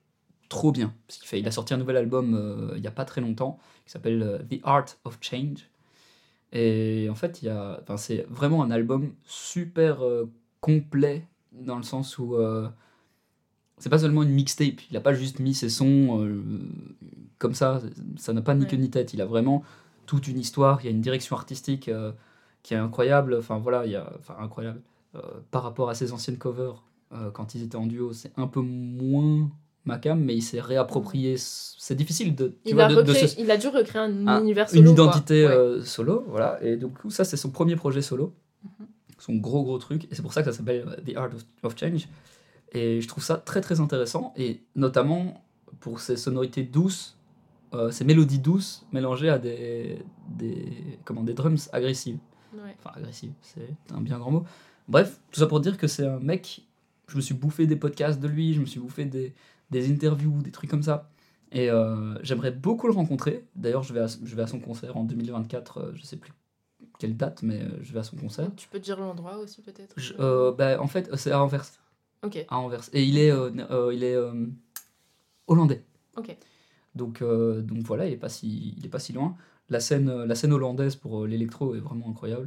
trop bien. Parce qu'il fait, il a sorti un nouvel album euh, il n'y a pas très longtemps qui s'appelle euh, The Art of Change. Et en fait, il y a, enfin, c'est vraiment un album super euh, complet dans le sens où euh, c'est pas seulement une mixtape. Il n'a pas juste mis ses sons euh, comme ça. Ça n'a pas ni Ouais. queue ni tête. Il a vraiment toute une histoire. Il y a une direction artistique euh, qui est incroyable. Enfin voilà, il y a, enfin incroyable. Euh, par rapport à ses anciennes covers, euh, quand ils étaient en duo, c'est un peu moins ma cam, mais il s'est réapproprié. C'est difficile de, tu Il, vois, a de, de recréé- se- il a dû recréer un, un- univers solo. une quoi. identité Ouais. euh, solo, voilà. Et du coup, ça, c'est son premier projet solo, Mhm. son gros gros truc, et c'est pour ça que ça s'appelle euh, The Art of, of Change. Et je trouve ça très très intéressant, et notamment pour ses sonorités douces, euh, ces mélodies douces mélangées à des, des, comment, des drums agressives. Ouais. Enfin, agressives, c'est un bien grand mot. Bref, tout ça pour dire que c'est un mec, je me suis bouffé des podcasts de lui, je me suis bouffé des, des interviews, des trucs comme ça. Et euh, j'aimerais beaucoup le rencontrer. D'ailleurs, je vais à, je vais à son concert en deux mille vingt-quatre, euh, je sais plus quelle date, mais euh, je vais à son concert. Tu peux dire l'endroit aussi peut-être. Je- euh, bah, en fait, c'est à Anvers. Ok. À Anvers. Et il est, euh, euh, il est euh, hollandais. Ok. Donc, euh, donc voilà, il est pas si, il est pas si loin. La scène, euh, la scène hollandaise pour euh, l'électro est vraiment incroyable.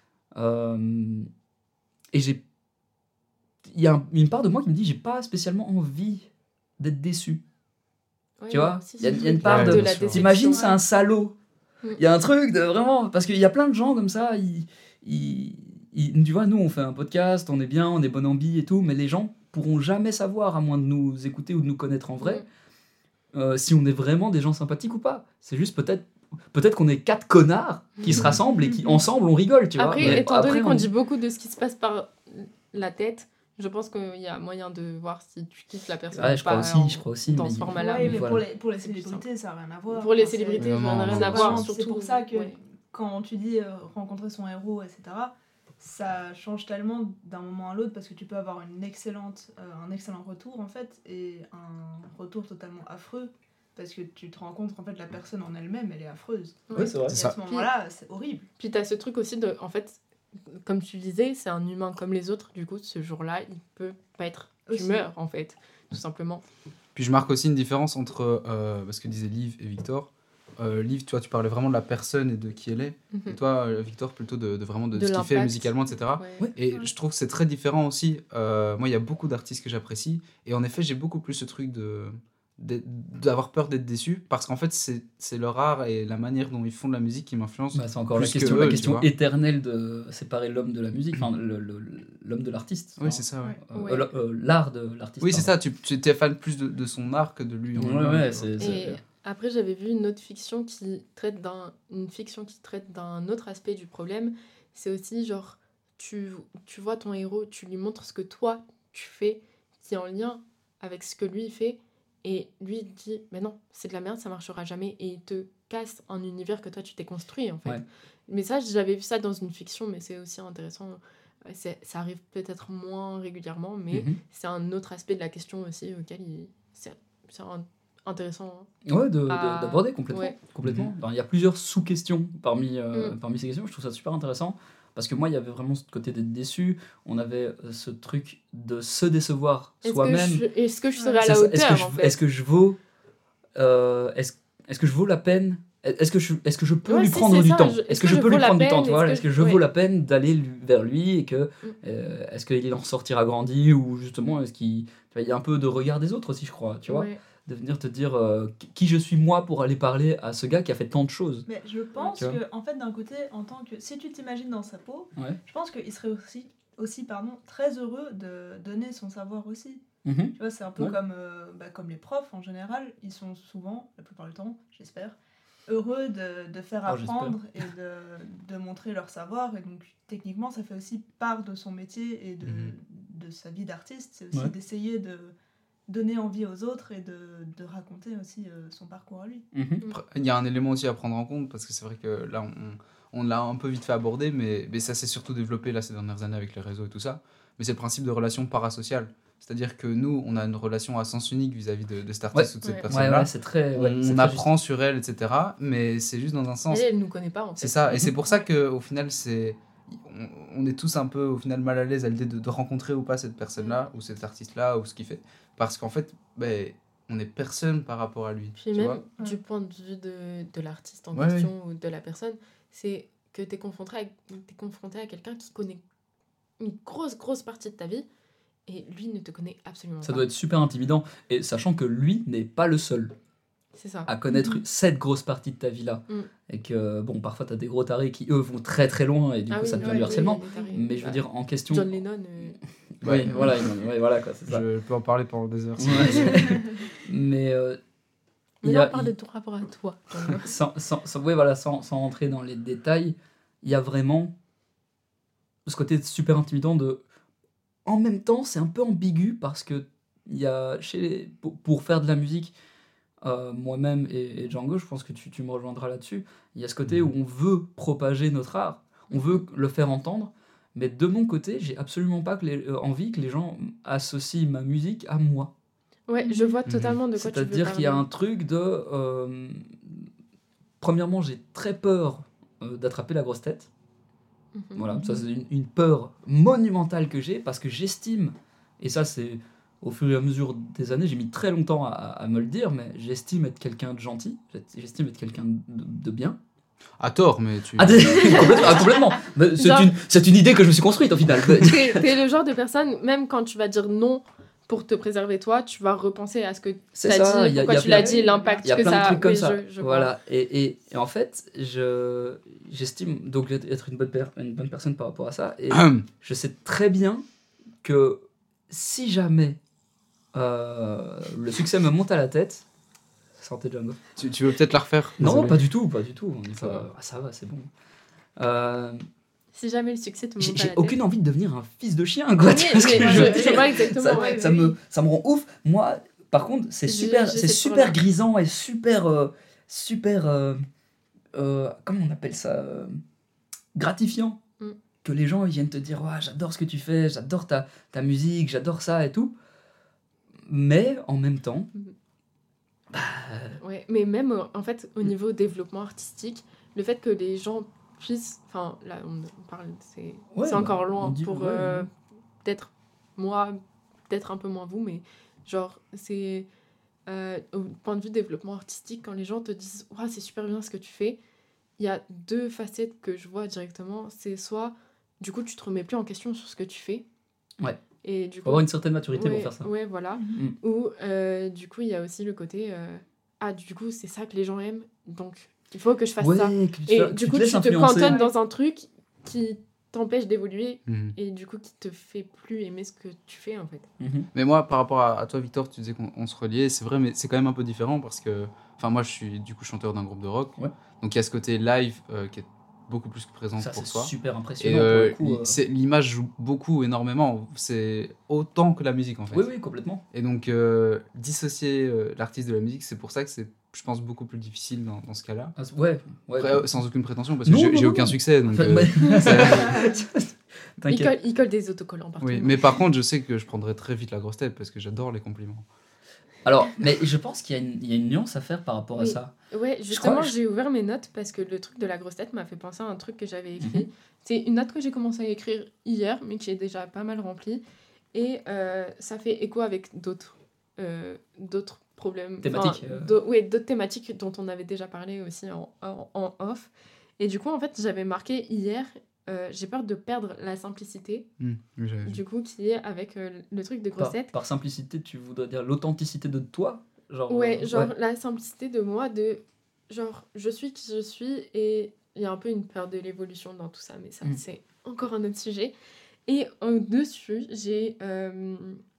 Euh, et j'ai, il y a un- une part de moi qui me dit j'ai pas spécialement envie d'être déçu. Ouais, Tu vois, mais aussi il y a- ce il y a une truc part de- la de déception. T'imagines, c'est Ouais. un salaud. Mm. Il y a un truc de vraiment. Parce qu'il y a plein de gens comme ça, ils, ils, ils- tu vois, nous on fait un podcast, on est bien, on est bon ambi et tout, mais les gens pourront jamais savoir, à moins de nous écouter ou de nous connaître en vrai, Mm. euh, si on est vraiment des gens sympathiques ou pas. C'est juste peut-être. Peut-être qu'on est quatre connards qui se Mm. rassemblent et qui ensemble on rigole, tu vois. Après, Mais étant après, donné on- qu'on dit beaucoup de ce qui se passe par la tête, je pense qu'il y a moyen de voir si tu kiffes la personne Ouais, ou je pas crois aussi, en- je crois aussi. dans mais- ce format-là. Ouais, mais voilà. pour les, pour les C'est plus célébrités, ça n'a rien à voir. Pour les Enfin, c'est- célébrités, Vraiment, ça n'a rien c'est à vraiment- voir. C'est Surtout, pour ça que ouais. quand tu dis euh, rencontrer son héros, et cetera, ça change tellement d'un moment à l'autre parce que tu peux avoir une excellente, euh, un excellent retour en fait et un retour totalement affreux parce que tu te rends compte qu'en fait la personne en elle-même elle est affreuse. Ouais, c'est vrai. Et C'est à ça. ce moment-là, c'est horrible. Puis t'as ce truc aussi de, en fait, comme tu disais, c'est un humain comme les autres. Du coup, ce jour-là, il peut pas être Aussi. humeur, en fait, tout simplement. Puis je marque aussi une différence entre euh, ce que disaient Liv et Victor. Euh, Liv, toi, tu parlais vraiment de la personne et de qui elle est. Et toi, euh, Victor, plutôt de, de vraiment de, De ce qu'il fait l'impact. musicalement, et cetera. Ouais. Ouais. Et je trouve que c'est très différent aussi. Euh, moi, il y a beaucoup d'artistes que j'apprécie. Et en effet, j'ai beaucoup plus ce truc de d'être- d'avoir peur d'être déçu. Parce qu'en fait, c'est c'est leur art et la manière dont ils font de la musique qui m'influence. Bah, c'est encore plus la que question, eux, la tu question vois. éternelle de séparer l'homme de la musique, enfin le- le- l'homme de l'artiste. Oui, c'est ça, ouais. Euh, Ouais. euh, euh, l'art de l'artiste. Oui, c'est pardon. ça. Tu, tu es fan plus de, de son art que de lui. en Ouais, lui-même, ouais, tu vois. c'est. c'est- Et après, j'avais vu une autre fiction qui traite d'un une fiction qui traite d'un autre aspect du problème. C'est aussi genre tu tu vois ton héros, tu lui montres ce que toi tu fais qui est en lien avec ce que lui il fait et lui il te dit mais non, c'est de la merde, ça marchera jamais et il te casse un univers que toi tu t'es construit en fait. Ouais. Mais ça j'avais vu ça dans une fiction mais c'est aussi intéressant. C'est, ça arrive peut-être moins régulièrement mais Mhm. c'est un autre aspect de la question aussi auquel il c'est, c'est un- intéressant. hein. Ouais, de- de- Ah, d'aborder complètement. ouais. complètement. Enfin, il y a plusieurs sous-questions parmi, euh, Mm. parmi ces questions. Je trouve ça super intéressant. Parce que moi, il y avait vraiment ce côté d'être déçu. On avait euh, ce truc de se décevoir Est-ce que, soi-même. je, est-ce que je serai Ouais. à C'est la ça. hauteur Est-ce que, je, en fait est-ce que je vaux euh, est-ce, est-ce que je vaux la peine Est-ce que je, est-ce que je peux Ouais, lui si, prendre c'est du ça, temps je- Est-ce que je je peux lui vaux la prendre du temps peine tu vois Est-ce Est-ce que que je- je vaux ouais. la peine d'aller lui- vers lui et que Mm. euh, est-ce qu'il en sortira grandi ou justement est-ce qu'il tu vois, il y a un peu de regard des autres aussi je crois tu vois Ouais. de venir te dire euh, qui je suis moi pour aller parler à ce gars qui a fait tant de choses. Mais je pense Tu vois. que, en fait, d'un côté, en tant que. Si tu t'imagines dans sa peau, Ouais. je pense qu'il serait aussi, aussi pardon, très heureux de donner son savoir aussi. Mhm. Tu vois, c'est un peu Ouais. comme, euh, bah, comme les profs en général, ils sont souvent, la plupart du temps, j'espère, heureux de, de faire Ah, apprendre et de, de montrer leur savoir. Et donc, techniquement, ça fait aussi part de son métier et de, Mhm. de sa vie d'artiste. C'est aussi Ouais. d'essayer de donner envie aux autres et de, de raconter aussi euh, son parcours à lui. Mhm. Après, il y a un élément aussi à prendre en compte parce que c'est vrai que là on, on l'a un peu vite fait aborder mais, mais ça s'est surtout développé là ces dernières années avec les réseaux et tout ça mais c'est le principe de relation parasociale c'est à dire que nous on a une relation à sens unique vis-à-vis de, de cet artiste ou de cette Ouais. personne Ouais, là ouais, c'est très. ouais, c'est on très apprend sur elle etc mais c'est juste dans un sens Elle, elle nous connaît pas en fait. c'est ça et c'est pour ça qu'au final c'est on, on est tous un peu au final mal à l'aise à l'idée de, de rencontrer ou pas cette personne là ou cet artiste là ou ce qu'il fait parce qu'en fait ben on est personne par rapport à lui. Puis tu même vois du Ouais. point de vue de, de l'artiste en Ouais, question ou de la personne, c'est que tu es confronté, à- t'es confronté à quelqu'un qui connaît une grosse, grosse partie de ta vie et lui ne te connaît absolument Ça pas. doit être super intimidant. Et sachant que lui n'est pas le seul C'est ça. à connaître Mhm. cette grosse partie de ta vie-là. Mm. Et que, bon, parfois, t'as des gros tarés qui, eux, vont très très loin et du Ah coup, oui, ça devient ouais, du oui, harcèlement. il y a des tarés. Mais je veux Bah, dire, en question. John Lennon, euh, Oui, Ouais. voilà, ils- ouais, voilà, quoi, c'est ça. Je peux en parler pendant des heures. Ouais. Mais. euh, mais il y là a- on parle il- de ton rapport à toi. Django. sans, sans, sans- ouais, voilà, sans, sans rentrer dans les détails, il y a vraiment ce côté super intimidant de. En même temps, c'est un peu ambigu parce que il y a chez les- pour, pour faire de la musique, euh, moi-même et, et Django, je pense que tu, tu me rejoindras là-dessus. Il y a ce côté où on veut propager notre art, on veut le faire entendre, mais de mon côté, j'ai absolument pas que les, euh, envie que les gens associent ma musique à moi. Ouais, je vois Mhm. totalement de quoi tu veux C'est-à-dire qu'il y a un parler. truc de. euh, premièrement, j'ai très peur euh, d'attraper la grosse tête. Mhm. Voilà, ça c'est une, une peur monumentale que j'ai parce que j'estime, et ça c'est au fur et à mesure des années, j'ai mis très longtemps à, à me le dire, mais j'estime être quelqu'un de gentil, j'estime être quelqu'un de, de bien. À tort, mais tu. Ah, des- complètement, ah, complètement. Mais c'est Genre- une, c'est une idée que je me suis construite au final. T'es t'es le genre de personne, même quand tu vas dire non pour te préserver toi, tu vas repenser à ce que C'est t'as ça, dit, il y a- pourquoi il y a tu l'as plein- dit, l'impact Il y a que plein ça de a. trucs comme Oui, ça. je- je vois. Voilà. Et, et, et en fait, je, j'estime donc être une bonne, per- une bonne personne par rapport à ça. Et je sais très bien que si jamais euh, le succès me monte à la tête, santé Django. tu, tu veux peut-être la refaire Non, Désolé. pas du tout, pas du tout. On est Ça pas- va. ah, ça va, c'est bon. Euh, Si jamais le succès te j'ai monte à j'ai la tête. aucune envie de devenir un fils de chien, quoi. Oui, Tu vois ce mais que je, je veux je dire vois exactement. ça, ouais, ça ouais. me, ça me rend ouf. Moi, par contre, c'est J'ai- super, j'ai c'est cette super peur-là. grisant et super, euh, super, euh, euh, comment on appelle ça, euh, gratifiant Mm. que les gens ils viennent te dire, ouais, j'adore ce que tu fais, j'adore ta, ta musique, j'adore ça et tout. Mais en même temps, Mhm. bah, Ouais, mais même euh, en fait au niveau développement artistique, le fait que les gens puissent, enfin là on on parle, c'est Ouais, c'est bah, encore on loin dit- pour ouais, euh, ouais. peut-être moi, peut-être un peu moins vous, mais genre c'est euh, au point de vue développement artistique, quand les gens te disent ouais, c'est super bien ce que tu fais, il y a deux facettes que je vois directement. C'est soit du coup tu te remets plus en question sur ce que tu fais. Ouais. Et du faut coup, avoir une certaine maturité ouais, pour faire ça. ouais, voilà. Mhm. Ou euh, du coup, il y a aussi le côté euh, ah, du coup, c'est ça que les gens aiment, donc il faut que je fasse Ouais, ça. que tu, Et te- du tu coup, te laisses tu te influencer. cantonnes dans un truc qui t'empêche d'évoluer Mhm. et du coup qui te fait plus aimer ce que tu fais en fait. Mhm. Mais moi, par rapport à, à toi, Victor, tu disais qu'on on se reliait. C'est vrai, mais c'est quand même un peu différent parce que. Enfin, moi, je suis du coup chanteur d'un groupe de rock. Ouais. Donc, il y a ce côté live euh, qui est beaucoup plus présent Ça, pour c'est toi. super Et impressionnant euh, pour le coup. li- euh. c'est- l'image joue beaucoup, énormément. C'est autant que la musique, en fait. Oui, oui, complètement. Et donc, euh, dissocier euh, l'artiste de la musique, c'est pour ça que c'est, je pense, beaucoup plus difficile dans, dans ce cas-là. Ah, ouais, ouais. Après, euh, sans aucune prétention, parce que Non, j'ai, non, j'ai non. aucun succès. Donc, Enfin, euh, ouais. c'est- Il T'inquiète. colle, il colle des autocollants partout. oui. Mais par contre, je sais que je prendrai très vite la grosse tête parce que j'adore les compliments. Alors, mais je pense qu'il y a une, il y a une nuance à faire par rapport à Oui. ça. Ouais, Je justement, crois- je- j'ai ouvert mes notes parce que le truc de la grosse tête m'a fait penser à un truc que j'avais écrit. Mhm. C'est une note que j'ai commencé à écrire hier, mais que j'ai déjà pas mal remplie. Et euh, ça fait écho avec d'autres euh, d'autres problèmes. Thématiques, Enfin, euh. d'au- ouais, d'autres thématiques dont on avait déjà parlé aussi en, en, en off. Et du coup, en fait, j'avais marqué hier, euh, j'ai peur de perdre la simplicité, Hmm, oui, j'avais vu. du coup, qui est avec euh, le truc de grosse Par, tête. par simplicité, tu voudrais dire l'authenticité de toi, genre. Ouais, euh, genre la simplicité de moi, de genre je suis qui je suis et il y a un peu une peur de l'évolution dans tout ça, mais ça Mm. c'est encore un autre sujet. Et au-dessus, j'ai. euh,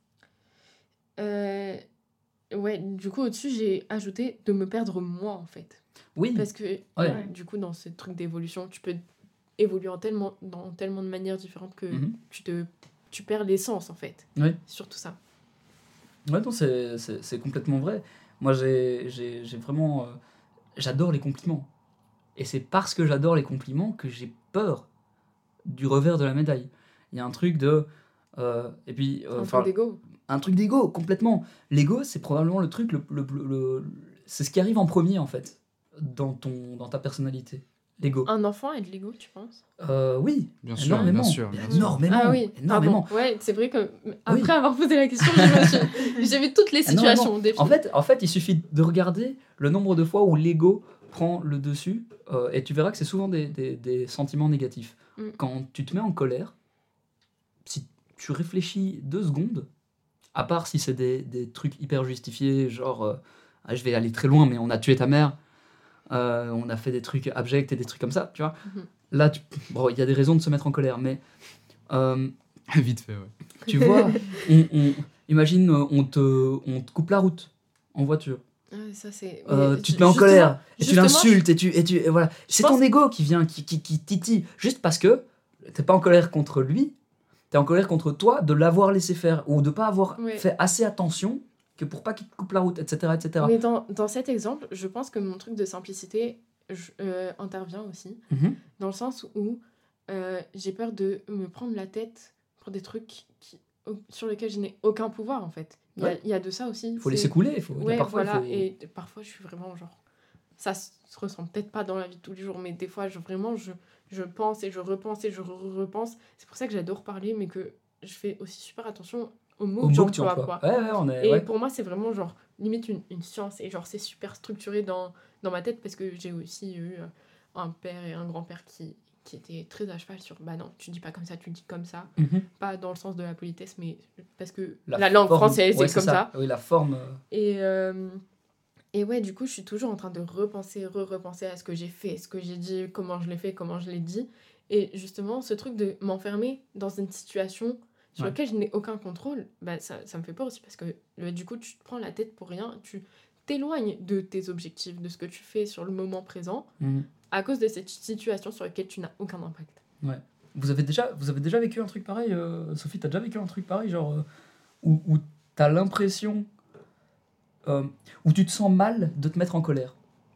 euh, ouais, du coup, au-dessus, j'ai ajouté de me perdre moi en fait. Oui. Parce que Ouais. euh, du coup, dans ce truc d'évolution, tu peux évoluer en tellement, dans tellement de manières différentes que Mhm. tu, te, tu perds l'essence en fait. Ouais. Surtout ça. Ouais, non, c'est, c'est, c'est complètement vrai. Moi, j'ai, j'ai, j'ai vraiment. euh, j'adore les compliments. Et c'est parce que j'adore les compliments que j'ai peur du revers de la médaille. Il y a un truc de. euh, et puis. euh, un enfin, peu d'ego. un truc d'ego, complètement. L'ego, c'est probablement le truc. Le, le, le- le- c'est ce qui arrive en premier, en fait, dans, ton, dans ta personnalité. Lego. Un enfant et de Lego, tu penses? Euh, oui, Bien sûr, énormément. bien sûr, bien sûr. Énormément. Ah oui, énormément. pardon. Ouais, c'est vrai que après avoir posé la question, je me suis- j'ai vu toutes les situations des En films. fait, en fait, il suffit de regarder le nombre de fois où Lego prend le dessus euh, et tu verras que c'est souvent des, des, des sentiments négatifs. Mm. Quand tu te mets en colère, si tu réfléchis deux secondes, à part si c'est des, des trucs hyper justifiés, genre euh, ah, je vais aller très loin, mais on a tué ta mère, euh, on a fait des trucs abjects et des trucs comme ça, tu vois. Mhm. Là, tu- bon, il y a des raisons de se mettre en colère, mais euh, Vite fait, ouais. tu vois, on, on- imagine, euh, on te, on te coupe la route en voiture. Ouais, ça, c'est... Euh, mais tu te mets en justement- colère et tu justement, l'insultes et tu et tu et voilà, c'est pense- ton ego qui vient qui, qui, qui titille juste parce que t'es pas en colère contre lui, t'es en colère contre toi de l'avoir laissé faire ou de pas avoir Ouais. fait assez attention que pour pas qu'il te coupe la route, etc etc. Mais dans, dans cet exemple, je pense que mon truc de simplicité je- euh, intervient aussi, Mhm. dans le sens où euh, j'ai peur de me prendre la tête pour des trucs qui, au- sur lesquels je n'ai aucun pouvoir, en fait. Il y a, Ouais. il y a de ça aussi. Il faut c'est- laisser couler, il faut il y a Ouais, parfois il voilà, faut- et parfois je suis vraiment genre... Ça se ressent peut-être pas dans la vie de tous les jours, mais des fois, je, vraiment, je, je pense et je repense et je re- repense. C'est pour ça que j'adore parler, mais que je fais aussi super attention aux mots au que mot que tu j'emploie, emploies. quoi. Ouais, ouais, on est Et ouais. pour moi, c'est vraiment genre limite une, une science et genre c'est super structuré dans, dans ma tête parce que j'ai aussi eu euh, un père et un grand-père qui, qui étaient très à cheval sur bah non, tu dis pas comme ça, tu dis comme ça. Mhm. Pas dans le sens de la politesse, mais parce que la, langue forme- française ouais, est comme ça. Oui, la forme euh, Et, euh, et ouais, du coup, je suis toujours en train de repenser, re-repenser à ce que j'ai fait, ce que j'ai dit, comment je l'ai fait, comment je l'ai dit. Et justement, ce truc de m'enfermer dans une situation sur Ouais. laquelle je n'ai aucun contrôle, bah, ça, ça me fait peur aussi parce que euh, du coup, tu te prends la tête pour rien, tu t'éloignes de tes objectifs, de ce que tu fais sur le moment présent, mhm. à cause de cette situation sur laquelle tu n'as aucun impact. Vous avez déjà, vous avez déjà vécu un truc pareil, euh, Sophie, t'as déjà vécu un truc pareil, genre euh, où, où t'as l'impression, euh, où tu te sens mal de te mettre en colère.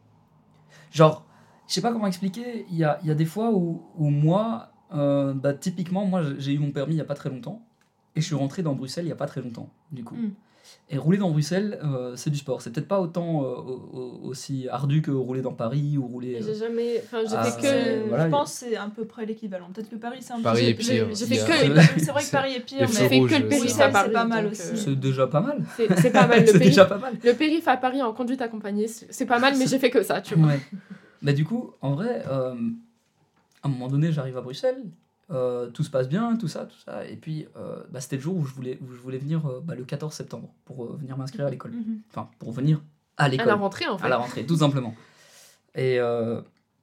Genre, je sais pas comment expliquer, il y a, il y a des fois où, où moi, euh, bah, typiquement, moi j'ai eu mon permis il y a pas très longtemps, et je suis rentré dans Bruxelles il y a pas très longtemps, du coup. Mm. Et rouler dans Bruxelles, euh, c'est du sport. C'est peut-être pas autant euh, au- au- aussi ardu que rouler dans Paris ou rouler. J'ai euh, jamais. Enfin, j'ai Ah, fait que. euh, voilà, je il- pense que c'est à peu près l'équivalent. Peut-être que Paris c'est un Paris peu est pire. j'ai Il fait y a- que- C'est les- pas- c'est vrai que Paris est pire, les mais feux J'ai fait rouges, que le c'est- périph' Bruxelles, à Paris. c'est pas mal donc, aussi. euh, C'est déjà pas mal. C'est c'est pas mal. Le c'est périph', déjà pas mal. le périph' à Paris en conduite accompagnée, c'est c'est pas mal, mais j'ai fait que ça, tu vois. Ouais. Mais du coup, en vrai, euh, à un moment donné, j'arrive à Bruxelles, euh, tout se passe bien, tout ça, tout ça, et puis euh, bah, c'était le jour où je voulais, où je voulais venir euh, bah, le quatorze septembre pour euh, venir m'inscrire à l'école. Mhm. Enfin, pour venir à À l'école, la rentrée, en fait. à la rentrée, tout simplement. Et euh,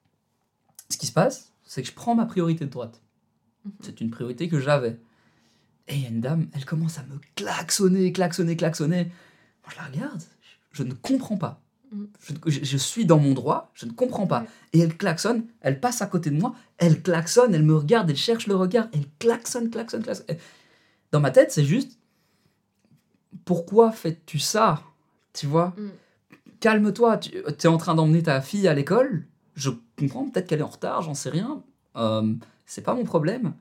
ce qui se passe, c'est que je prends ma priorité de droite. Mhm. C'est une priorité que j'avais. Et il y a une dame, elle commence à me klaxonner, klaxonner, klaxonner. Moi, je la regarde, je ne comprends pas. Mhm. Je, je- je suis dans mon droit, je ne comprends pas. Ouais. Et elle klaxonne, elle passe à côté de moi, elle klaxonne, elle me regarde, elle cherche le regard, elle klaxonne, klaxonne, klaxonne. Dans ma tête, c'est juste, pourquoi fais-tu ça? Tu vois? Mhm. Calme-toi, tu es en train d'emmener ta fille à l'école, je comprends, peut-être qu'elle est en retard, j'en sais rien, euh, c'est pas mon problème.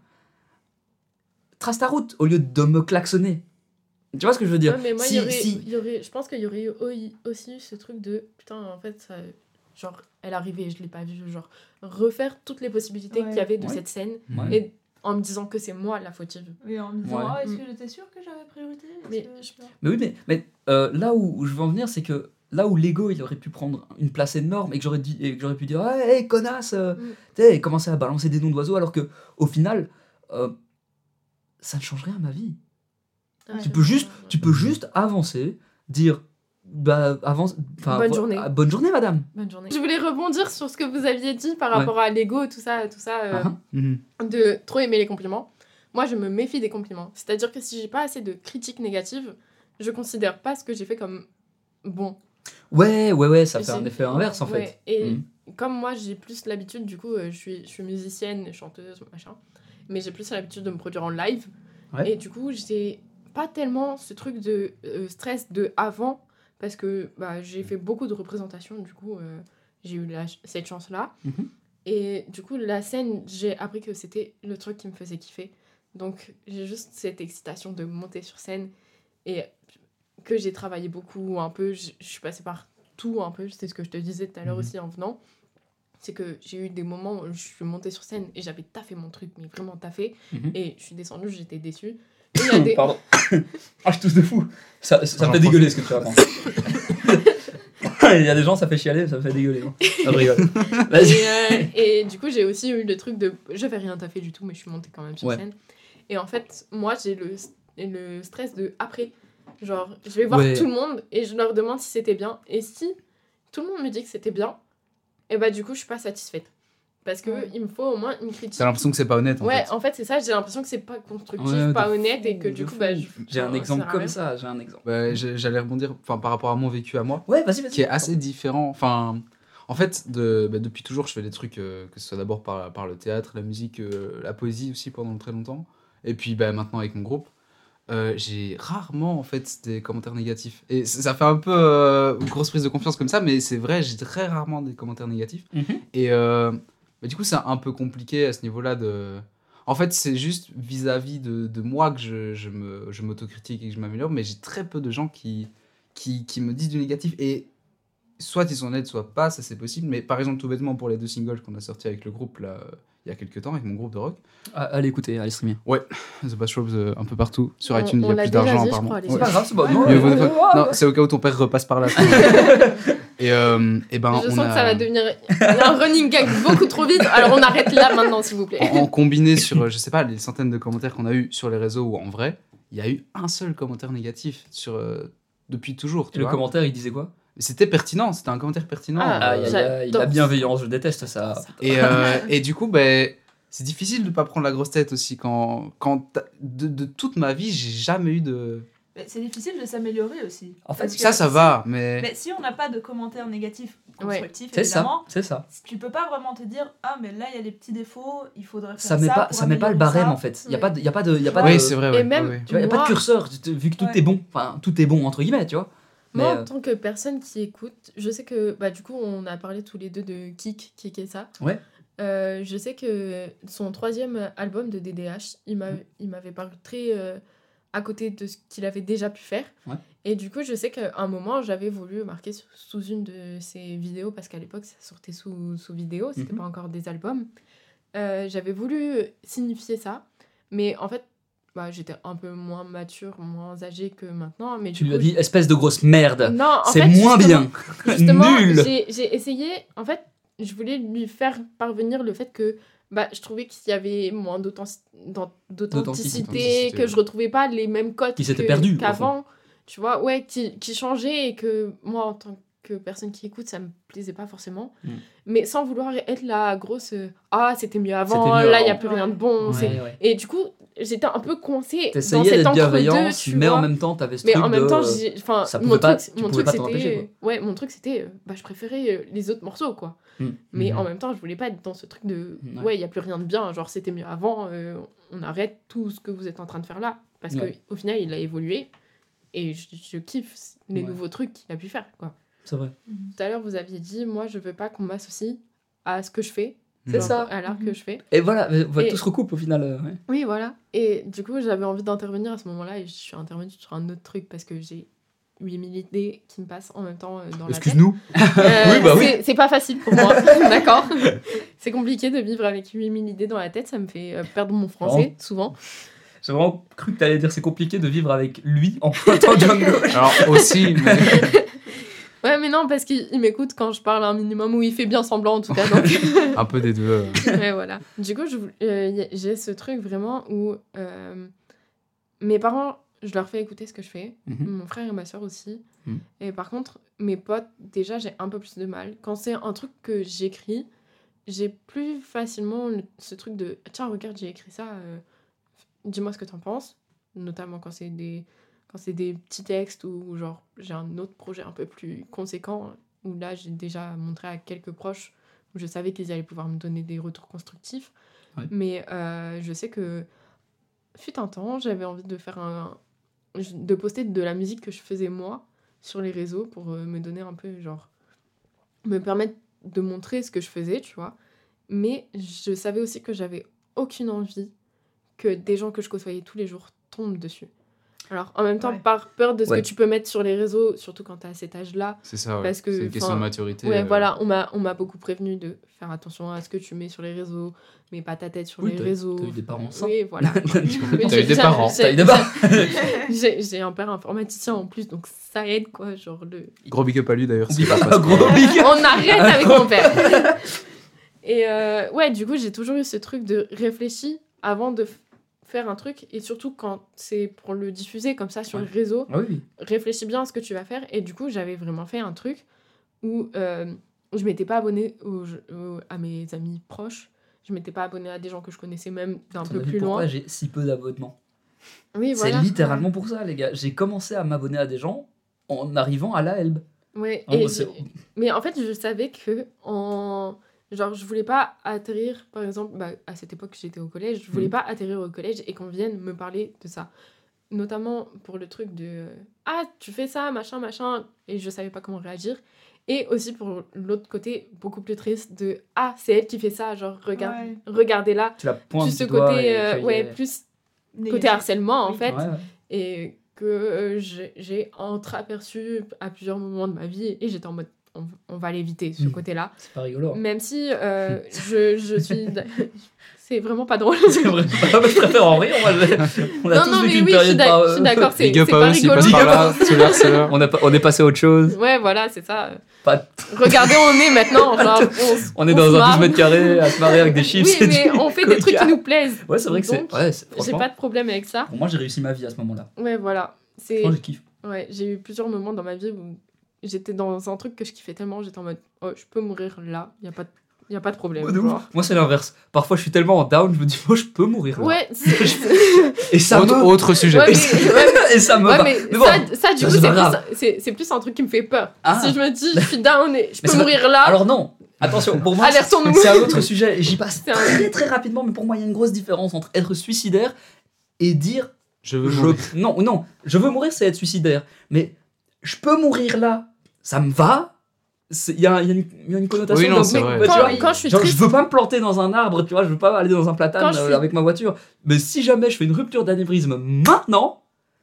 Trace ta route au lieu de me klaxonner. Tu vois ce que je veux dire? Ouais, mais moi, il Si- y aurait, si- il y aurait, je pense qu'il y aurait eu au- aussi eu ce truc de putain, en fait, ça, genre, elle arrivait, je l'ai pas vue, genre, refaire toutes les possibilités Ouais. qu'il y avait de Ouais. cette scène Ouais. et en me disant que c'est moi la fautive. Oui, en me disant, Ouais. ah, est-ce Mm. que j'étais sûre que j'avais priorité? Est-ce Mais que- je- Mais oui, mais, mais euh, là où, où je veux en venir, c'est que là où l'ego il aurait pu prendre une place énorme et que j'aurais dit et que j'aurais pu dire hey, hey, connasse, euh, Mm. tu sais, et commencer à balancer des noms d'oiseaux alors que au final euh, ça ne change rien à ma vie. Ouais, Tu peux juste ouais. tu peux juste avancer, dire bah avance, enfin Bonne vo- journée. ah, bonne journée madame. Bonne journée. Je voulais rebondir sur ce que vous aviez dit par Ouais. rapport à l'ego, tout ça, tout ça, euh, Ah, Mhm. de trop aimer les compliments. Moi, je me méfie des compliments. C'est-à-dire que si j'ai pas assez de critiques négatives, je considère pas ce que j'ai fait comme bon. Ouais ouais ouais, ça fait J'ai- un effet inverse en Ouais, fait. Et Mhm. comme moi, j'ai plus l'habitude, du coup, euh, je suis, je suis musicienne, chanteuse, machin, mais j'ai plus l'habitude de me produire en live. Ouais. Et du coup, j'ai pas tellement ce truc de euh, stress de avant, parce que bah, j'ai fait beaucoup de représentations, du coup, euh, j'ai eu la- cette chance-là. Mhm. Et du coup, la scène, j'ai appris que c'était le truc qui me faisait kiffer. Donc, j'ai juste cette excitation de monter sur scène et que j'ai travaillé beaucoup, un peu. Je je suis passée par tout un peu, c'est ce que je te disais tout à l'heure Mhm. aussi en venant. c'est que j'ai eu des moments où je suis montée sur scène et j'avais taffé mon truc, mais vraiment taffé. Mhm. Et je suis descendue, j'étais déçue. Et il y a des... Pardon. Ah, je tousse de fou. Ça, ça me J'en fait dégueuler ce que tu racontes. Il y a des gens, ça fait chialer, ça me fait dégueuler. Hein. Ah, je rigole. Vas-y. Et, euh, et du coup, j'ai aussi eu le truc de. Je vais rien taffer du tout, mais je suis montée quand même sur Ouais. scène. Et en fait, moi, j'ai le, le stress de après. Genre, je vais voir Ouais. tout le monde et je leur demande si c'était bien. Et si tout le monde me dit que c'était bien, et bah, du coup, je suis pas satisfaite. Parce que Ouais. il me faut au moins une critique. T'as l'impression que c'est pas honnête en Ouais, fait. en fait, c'est ça, j'ai l'impression que c'est pas constructif, Ouais, pas de honnête, et fou, que du de coup, fou. bah. je- J'ai un enfin, exemple ça sert à comme rien. ça, j'ai un exemple. Bah, j'ai- j'allais rebondir enfin, par rapport à mon vécu à moi, Ouais, vas-y, vas-y. qui est assez différent. Enfin, en fait, de, bah, depuis toujours, je fais des trucs, euh, que ce soit d'abord par, par le théâtre, la musique, euh, la poésie aussi pendant très longtemps. Et puis bah, maintenant avec mon groupe, euh, j'ai rarement en fait des commentaires négatifs. Et c- ça fait un peu euh, une grosse prise de confiance comme ça, mais c'est vrai, j'ai très rarement des commentaires négatifs. Mhm. Et euh, bah, du coup, c'est un peu compliqué à ce niveau-là de... En fait, c'est juste vis-à-vis de, de moi que je, je, me, je m'autocritique et que je m'améliore, mais j'ai très peu de gens qui, qui, qui me disent du négatif. Et soit ils sont honnêtes, soit pas, ça c'est possible. Mais par exemple, tout bêtement, pour les deux singles qu'on a sortis avec le groupe, là, euh, il y a quelques temps, avec mon groupe de rock, Ah, allez écouter, allez streamer. The Bathrobes euh, un peu partout, sur On- iTunes, il on y a l'a plus déjà d'argent dit, je apparemment. crois, les Ouais. C'est pas grave, c'est pas. Non, Mieux vaut ouais, des ouais, fois- ouais, non, c'est au cas où ton père repasse par là. et, euh, et ben, Je on sens a... que ça va devenir un running gag beaucoup trop vite, alors on arrête là maintenant, s'il vous plaît. en, en combiné sur, euh, je sais pas, les centaines de commentaires qu'on a eu sur les réseaux ou en vrai, il y a eu un seul commentaire négatif sur, euh, depuis toujours. Et Tu le vois. commentaire, il disait quoi? C'était pertinent, c'était un commentaire pertinent. Ah, Aïe, euh, aïe, aïe, j'adore la bienveillance, je déteste ça. et, euh, et du coup, ben, c'est difficile de pas prendre la grosse tête aussi. Quand, quand t'as- de, de toute ma vie, j'ai jamais eu de. Mais c'est difficile de s'améliorer aussi. En fait, Parce que Ça, ça si- va, mais. Mais si on n'a pas de commentaires négatifs constructifs, C'est ça, évidemment, c'est ça. tu peux pas vraiment te dire ah mais là il y a des petits défauts, il faudrait faire Ça ça. met pas, pour ça met pas le améliorer barème ça. en fait. Il y a Ouais. pas de, il y a pas de, il y a pas Oui, de. c'est vrai, Et ouais. même- ouais, ouais. Tu vois, il y a pas de Moi- curseur tu te- vu que tout Ouais. est bon. Enfin, tout est bon entre guillemets, tu vois. Mais Moi, euh, en tant que personne qui écoute, je sais que, bah, du coup, on a parlé tous les deux de Kik, Kik et ça. Ouais. Euh, je sais que son troisième album de D D H, il, m'a, Mhm. il m'avait paru très euh, à côté de ce qu'il avait déjà pu faire. Ouais. Et du coup, je sais qu'à un moment, j'avais voulu marquer sous, sous une de ses vidéos, parce qu'à l'époque, ça sortait sous, sous vidéo, c'était Mhm. pas encore des albums. Euh, j'avais voulu signifier ça, mais en fait, bah, j'étais un peu moins mature, moins âgée que maintenant. Mais tu du lui as coup, dit espèce de grosse merde. non, en C'est fait, moins justement- bien. Justement, Nul. j'ai, j'ai essayé. En fait, je voulais lui faire parvenir le fait que bah, je trouvais qu'il y avait moins d'authentic- d'an- d'authenticité, D'authenticité, que je retrouvais pas les mêmes codes Qui s'était que- perdu, au qu'avant. Tu vois, ouais, qui, qui changeait et que moi, en tant que personne qui écoute, ça me plaisait pas forcément. Mm. Mais sans vouloir être la grosse euh, ah, c'était mieux avant, C'était mieux là, il y a avant. plus rien de bon. c'est- Ouais, ouais. Et du coup, j'étais un peu coincée dans T'essayais cet d'être entre-deux, bienveillance, tu mais vois. en même temps, t'avais ce Mais truc en même de. temps, j'ai- enfin, ça mon pouvait pas- truc, tu mon pouvais truc pas t'en empêcher, c'était, ouais, mon truc c'était, euh, bah, je préférais euh, les autres morceaux, quoi. Mm. Mais Mhm. en même temps, je voulais pas être dans ce truc de, Ouais. ouais, il y a plus rien de bien, genre c'était mieux avant, euh, on arrête tout ce que vous êtes en train de faire là, parce Ouais. que au final, il a évolué et je, je kiffe les Ouais. nouveaux trucs qu'il a pu faire, quoi. C'est vrai. Tout à l'heure, vous aviez dit, moi, je veux pas qu'on m'associe à ce que je fais, C'est genre, ça. à l'art Mhm. que je fais. Et voilà, on va Et- tout se recoupe au final. euh, ouais. Oui, voilà. Et du coup, j'avais envie d'intervenir à ce moment-là et je suis intervenue sur un autre truc parce que j'ai huit mille idées qui me passent en même temps euh, dans la tête. Excuse-nous. Euh, Oui, bah oui. c'est- C'est pas facile pour moi, d'accord. C'est compliqué de vivre avec huit mille idées dans la tête, ça me fait euh, perdre mon français, souvent. J'ai vraiment cru que t'allais dire c'est compliqué de vivre avec lui en pointant Django. Alors aussi, mais... Ouais, mais non, parce qu'il il m'écoute quand je parle un minimum, ou il fait bien semblant en tout cas. Donc... un peu des deux. euh. Ouais, voilà. Du coup, je vou- euh, y a- j'ai ce truc vraiment où euh, mes parents, je leur fais écouter ce que je fais, Mhm. mon frère et ma soeur aussi. Mhm. Et par contre, mes potes, déjà, j'ai un peu plus de mal. Quand c'est un truc que j'écris, j'ai plus facilement le- ce truc de tiens, regarde, j'ai écrit ça, euh, dis-moi ce que t'en penses. Notamment quand c'est des, quand c'est des petits textes ou genre j'ai un autre projet un peu plus conséquent où là j'ai déjà montré à quelques proches où je savais qu'ils allaient pouvoir me donner des retours constructifs. Ouais. Mais euh, je sais que fut un temps, j'avais envie de faire un, de poster de la musique que je faisais moi sur les réseaux pour euh, me donner un peu genre me permettre de montrer ce que je faisais, tu vois. Mais je savais aussi que j'avais aucune envie que des gens que je côtoyais tous les jours tombent dessus. Alors, en même temps, Ouais. par peur de ce Ouais. que tu peux mettre sur les réseaux, surtout quand t'es à cet âge-là. C'est ça, ouais. Parce que, c'est une question enfin, de maturité. Ouais, euh, voilà, on m'a, on m'a beaucoup prévenu de faire attention à ce que tu mets sur les réseaux, mets pas ta tête sur Oui, les t'as- réseaux. t'as eu des parents sains. Oui, voilà. Mais T'as eu j'ai- des j'ai- parents. j'ai- T'as eu des parents. J'ai, j'ai un père informaticien en plus, donc ça aide, quoi. Genre, le... Gros big up à lui d'ailleurs. Oublie si pas, ça passe gros pas. big up. On arrête avec mon père. Et euh, ouais, du coup, j'ai toujours eu ce truc de réfléchir avant de f- faire un truc. Et surtout quand c'est pour le diffuser comme ça sur Ouais. le réseau, Ah oui. réfléchis bien à ce que tu vas faire. Et du coup, j'avais vraiment fait un truc où euh, je m'étais pas abonnée aux- aux- à mes amis proches. Je m'étais pas abonnée à des gens que je connaissais même d'un T'en peu as vu plus pourquoi loin. j'ai si peu d'abonnements. Oui, C'est voilà. littéralement pour ça, les gars. J'ai commencé à m'abonner à des gens en arrivant à la Elbe. Ouais, Oh, et c'est- j'ai- mais en fait, je savais que en genre je voulais pas atterrir par exemple bah, à cette époque j'étais au collège, je voulais Mhm. pas atterrir au collège et qu'on vienne me parler de ça. Notamment pour le truc de euh, ah, tu fais ça, machin machin et je savais pas comment réagir. Et aussi pour l'autre côté beaucoup plus triste de ah, c'est elle qui fait ça, genre regarde Ouais. regardez-là. Tu la pointes Plus ce du doigt côté et euh, qu'il y ouais, ait- plus côté Négatif. harcèlement en Oui. fait Ouais, ouais. et que euh, j'ai j'ai entreaperçu à plusieurs moments de ma vie et j'étais en mode on, on va l'éviter ce Mm. côté-là, C'est pas rigolo. hein. même si euh, je, je suis c'est vraiment pas drôle. C'est vrai. Bah, je préfère en rire. Moi, j'ai- on a non tous non vécu mais une oui je suis période d'ac- par- je suis d'accord, c'est Big c'est up pas à eux s'ils rigolo. passent par là. C'est le harceleur. On, a pas- on est passé à autre chose. Ouais voilà c'est ça. Pas- Regardez où on est maintenant, genre on, s- On est on dans se un marre. douze mètres carrés à se marrer avec des chips. Oui et mais du on fait des trucs coca. qui nous plaisent. Ouais, c'est vrai que c'est. Donc, Ouais, c'est- J'ai franchement. pas de problème avec ça. Pour moi, j'ai réussi ma vie à ce moment-là. Ouais voilà c'est Franchement, j'ai kiffé. ouais j'ai eu plusieurs moments dans ma vie où j'étais dans un truc que je kiffais tellement, j'étais en mode oh je peux mourir là, y a pas de y a pas de problème. Ouais, de ouf. genre. Moi, c'est l'inverse. Parfois, je suis tellement en down, je me dis, moi, je peux mourir là. Ouais, c'est- Et ça Autre, me. autre sujet. Ouais, Et mais- ça- et ça me ouais, va. mais, Mais bon, ça, ça, du ça, coup, c'est c'est pas grave. plus, c'est, c'est plus un truc qui me fait peur. Ah. Si je me dis, je suis down et je Mais peux ça va- mourir là. Alors non, attention, pour moi, Allez, c'est retourne-nous. c'est un autre sujet. J'y passe C'est un- très très rapidement, mais pour moi, il y a une grosse différence entre être suicidaire et dire Je veux je... mourir. Non, non, je veux mourir, c'est être suicidaire. Mais je peux mourir là, ça me va. C'est- Il y, a il y a une- il y a une connotation. Oui, non, donc, c'est mais- vrai. bah, tu quand, vois, quand je suis genre, je triste, veux pas me planter dans un arbre, tu vois, je veux pas aller dans un platane Quand je euh, suis- avec ma voiture. Mais si jamais je fais une rupture d'anévrisme maintenant,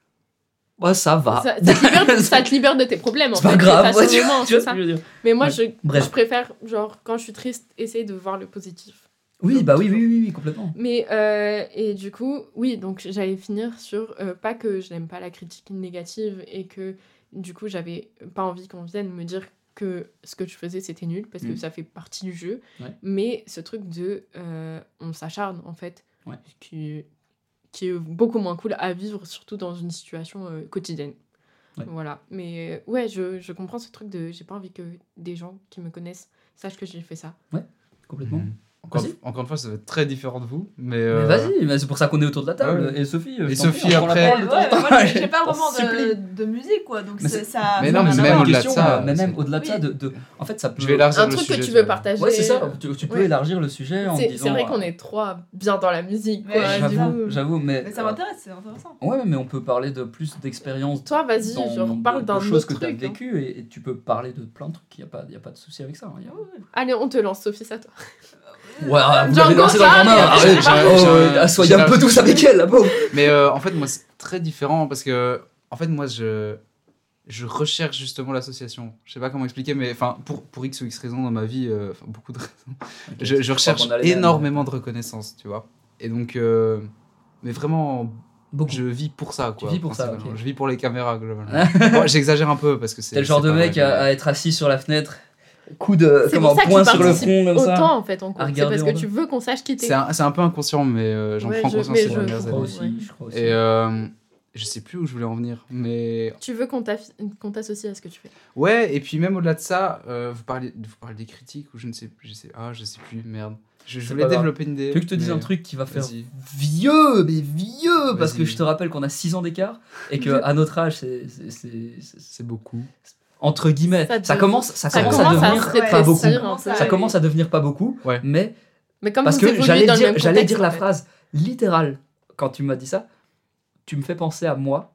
bah ça va. ça, ça, te libère, ça te libère de tes problèmes. En C'est pas fait, grave, ouais, tu facilement, vois, tu c'est vois ce ça. que je veux dire. Mais moi, Ouais. je, Bref. je préfère, genre, quand je suis triste, essayer de voir le positif. Oui, bah oui, oui, oui, oui, complètement. Mais, euh, et du coup, oui, donc j'allais finir sur, euh, pas que je n'aime pas la critique négative et que, du coup, j'avais pas envie qu'on vienne me dire que ce que je faisais c'était nul parce que Mhm. ça fait partie du jeu, Ouais. mais ce truc de euh, on s'acharne en fait, Ouais. qui, qui est beaucoup moins cool à vivre, surtout dans une situation euh, quotidienne. Ouais. Voilà, mais euh, ouais, je, je comprends ce truc de j'ai pas envie que des gens qui me connaissent sachent que j'ai fait ça. Complètement. Mhm. Encore, Vas-y. encore une fois, ça va être très différent de vous. Mais, Mais euh, vas-y, mais c'est pour ça qu'on est autour de la table. Ouais. Et Sophie, euh, Et je t'en prie, Sophie, on prend la après- parole de Ouais, temps en ouais, temps. moi, j'ai j'ai pas On vraiment supplie. de, de musique, quoi. Donc Mais c'est- c'est- ça. Mais ça non, n'a mais rien à même voir. au-delà de ça, mais même c'est- au-delà de ça, Oui. de, de- en fait, ça peut. Je vais élargir Un le truc sujet, que tu tu veux vois. partager. Ouais, c'est ça. Tu, tu peux Ouais. élargir le sujet en C'est, disant. c'est vrai euh, qu'on est trois bien dans la musique. Ouais, Quoi, j'avoue, du J'avoue, coup. j'avoue, mais. Mais ça m'intéresse, c'est intéressant. Ouais, mais on peut parler de plus d'expériences. Toi, vas-y, dans- genre, parle de- d'un de choses autre que tu as truc. hein. vécues et, et tu peux parler de plein de trucs. Il n'y a, pas- y a pas de souci avec ça. hein, y a- Allez, on te lance, Sophie, c'est à toi. Ouais, vous Genre, l'avez lancé dans Gonzalo, la main. j'ai- Arrête, j'ai- oh, j'ai- ouais, ah, soyez j'ai- un peu tous avec elle, là, pauvre. Mais euh, en fait, moi, c'est très différent parce que, en fait, moi, je, je recherche justement l'association. Je sais pas comment expliquer, mais enfin, pour, pour X ou X raisons dans ma vie, euh, enfin, beaucoup de raisons, je, je recherche qu'on a les mêmes. énormément de reconnaissance, tu vois. Et donc, euh, mais vraiment, Beaucoup. je vis pour ça, quoi. vis pour ça, principalement. ok. Je vis pour les caméras, globalement. Bon, j'exagère un peu parce que c'est. T'es le genre c'est de pas mec vrai, à, mais- à être assis sur la fenêtre, coude euh, C'est comme pour un ça que poing tu sur le participes front, comme ça. autant, en fait, en à cours. C'est regarder parce en que bas. tu veux qu'on sache qui t'es. C'est un, c'est un peu inconscient, mais euh, j'en Ouais, prends je- conscience mais ces je dernières Je comprends. années. crois Ouais. aussi, je crois aussi. Et euh, je sais plus où je voulais en venir, mais Tu veux qu'on, t'affi- qu'on t'associe à ce que tu fais. ouais. Et puis même au-delà de ça, euh, vous parlez, vous parlez des critiques ou je ne sais, je sais, ah, je sais plus, merde. Je, je C'est voulais pas grave. développer une idée. Tu veux que je te dise mais- un truc qui va faire Vas-y. vieux, mais vieux, parce que Vas-y. je te rappelle qu'on a six ans d'écart et que à notre âge, c'est, c'est, c'est- c'est- C'est beaucoup. entre guillemets, Ça ça, te- commence, ça, Ça commence, commence à à devenir se pas beaucoup. rétrécir un peu. Ça commence à devenir pas beaucoup, Ouais. mais Mais comme parce vous que évoluez j'allais dans le dire, même j'allais contexte, dire la en fait. phrase littérale quand tu m'as dit ça. Tu me fais penser à moi.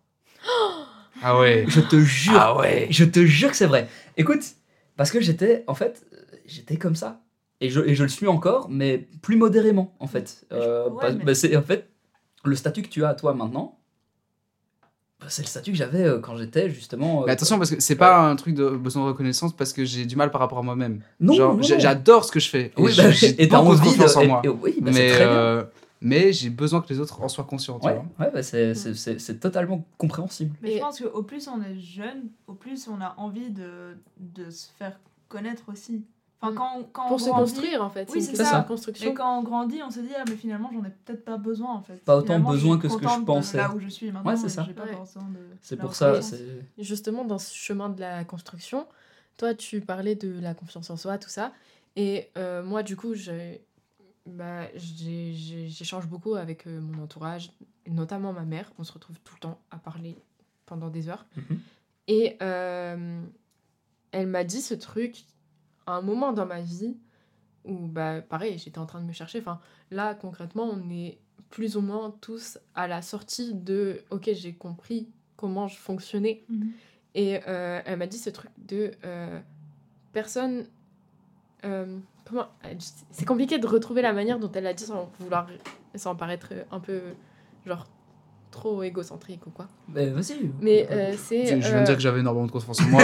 Ah ouais. Je te jure. Ah ouais. Je te jure que c'est vrai. Écoute, parce que j'étais, en fait, euh, j'étais comme ça. Et je, et je le suis encore, mais plus modérément, en fait. Euh, Ouais, pas- mais- bah, c'est, en fait, le statut que tu as, toi, maintenant, c'est le statut que j'avais euh, quand j'étais justement. euh, Mais attention, parce que c'est pas un truc de besoin de reconnaissance parce que j'ai du mal par rapport à moi-même. Non, Genre, non, j'ai- non. j'adore ce que je fais. Et Oui, j'ai- bah, j'ai et t'as beaucoup de envie de- confiance en et- moi. et oui, bah, c'est mais, très bien. euh, mais j'ai besoin que les autres en soient conscients. Tu Ouais, vois. ouais bah, c'est, c'est, c'est, c'est totalement compréhensible. Mais Et- je pense qu'au plus on est jeune, au plus on a envie de, de se faire connaître aussi. Enfin, Mm. quand, quand Pour on se grandit- construire, en fait. Oui, c'est c'est une ça. question de construction. Mais quand on grandit, on se dit, ah, mais finalement, j'en ai peut-être pas besoin en fait. Pas autant Finalement, besoin je suis que ce que je contente de pensais. Là où je suis maintenant, Ouais, c'est et ça. j'ai pas Ouais. besoin de. C'est la pour ça. reconnaissance. C'est... Justement, dans ce chemin de la construction, toi, tu parlais de la confiance en soi, tout ça. Et euh, moi, du coup, j'ai- bah, j'ai- j'ai- j'échange beaucoup avec euh, mon entourage, notamment ma mère. On se retrouve tout le temps à parler pendant des heures. Mhm. Et euh, elle m'a dit ce truc à un moment dans ma vie où, bah, pareil, j'étais en train de me chercher. Enfin, là, concrètement, on est plus ou moins tous à la sortie de « Ok, j'ai compris comment je fonctionnais ». Mhm. Et euh, elle m'a dit ce truc de euh, personne. euh, comment elle dit- C'est compliqué de retrouver la manière dont elle l'a dit sans vouloir, sans paraître un peu genre trop égocentrique ou quoi. Mais vas-y. Mais euh, c'est. Je, je viens euh, de dire que j'avais énormément de confiance en moi.